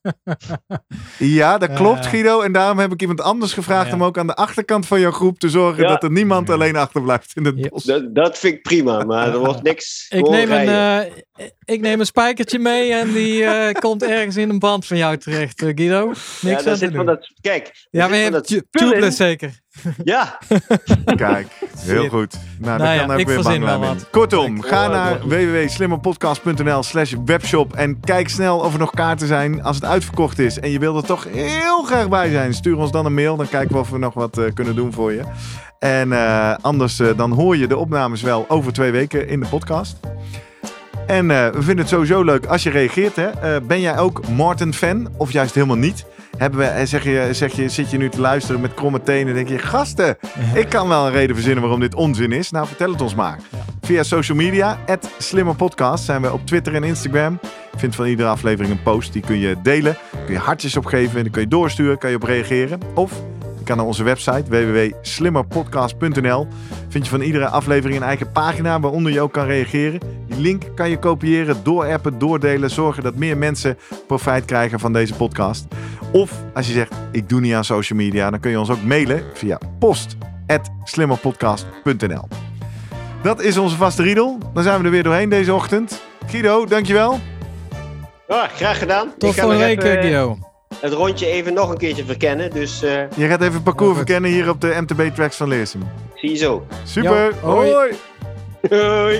Ja, dat klopt Guido. En daarom heb ik iemand anders gevraagd ja. om ook aan de achterkant van jouw groep te zorgen ja. dat er niemand ja. alleen achterblijft in het bos. Dat, dat vind ik prima, maar er wordt niks. Ik neem, een, uh, ik neem een spijkertje mee en die uh, komt ergens in een band van jou terecht, uh, Guido. Niks ja, aan te doen. Dat, kijk. Ja, maar je hebt tubeless zeker. Ja. Kijk, heel goed. Nou, dan nou kan ja, ook ik weer bang wel in. Kortom, ga naar w w w punt slimmerpodcast.nl slash webshop en kijk snel of er nog kaarten zijn. Als het uitverkocht is en je wil er toch heel graag bij zijn, stuur ons dan een mail. Dan kijken we of we nog wat uh, kunnen doen voor je. En uh, anders uh, dan hoor je de opnames wel over twee weken in de podcast. En uh, we vinden het sowieso leuk als je reageert. Hè? Uh, ben jij ook Martin-fan of juist helemaal niet? Hebben we, zeg je, zeg je, zit je nu te luisteren met kromme tenen en denk je, gasten, ik kan wel een reden verzinnen waarom dit onzin is. Nou, vertel het ons maar. Ja. Via social media, at slimmerpodcast, zijn we op Twitter en Instagram. Je vindt van iedere aflevering een post, die kun je delen. Kun je hartjes opgeven en dan kun je doorsturen, kan je op reageren. Of je kan naar onze website w w w punt slimmerpodcast punt n l. Vind je van iedere aflevering een eigen pagina waaronder je ook kan reageren. Die link kan je kopiëren, doorappen, doordelen. Zorgen dat meer mensen profijt krijgen van deze podcast. Of als je zegt, ik doe niet aan social media, dan kun je ons ook mailen via post at slimmerpodcast punt n l. Dat is onze vaste riedel. Dan zijn we er weer doorheen deze ochtend. Guido, dankjewel. Ja, graag gedaan. Tot volgende week, even, Guido. Het rondje even nog een keertje verkennen. Dus, uh... je gaat even het parcours oh, verkennen hier op de M T B Tracks van Leersum. Zie je zo. Super. Yo, hoi. Hoi. Hoi.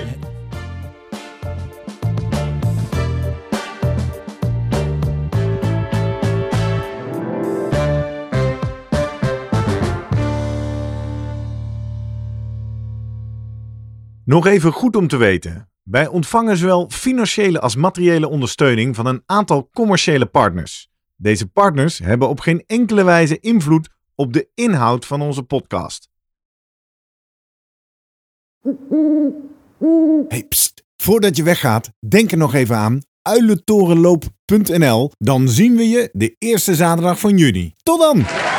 Nog even goed om te weten. Wij ontvangen zowel financiële als materiële ondersteuning van een aantal commerciële partners. Deze partners hebben op geen enkele wijze invloed op de inhoud van onze podcast. Hey, pst. Voordat je weggaat, denk er nog even aan uilentorenloop punt n l. Dan zien we je de eerste zaterdag van juni. Tot dan!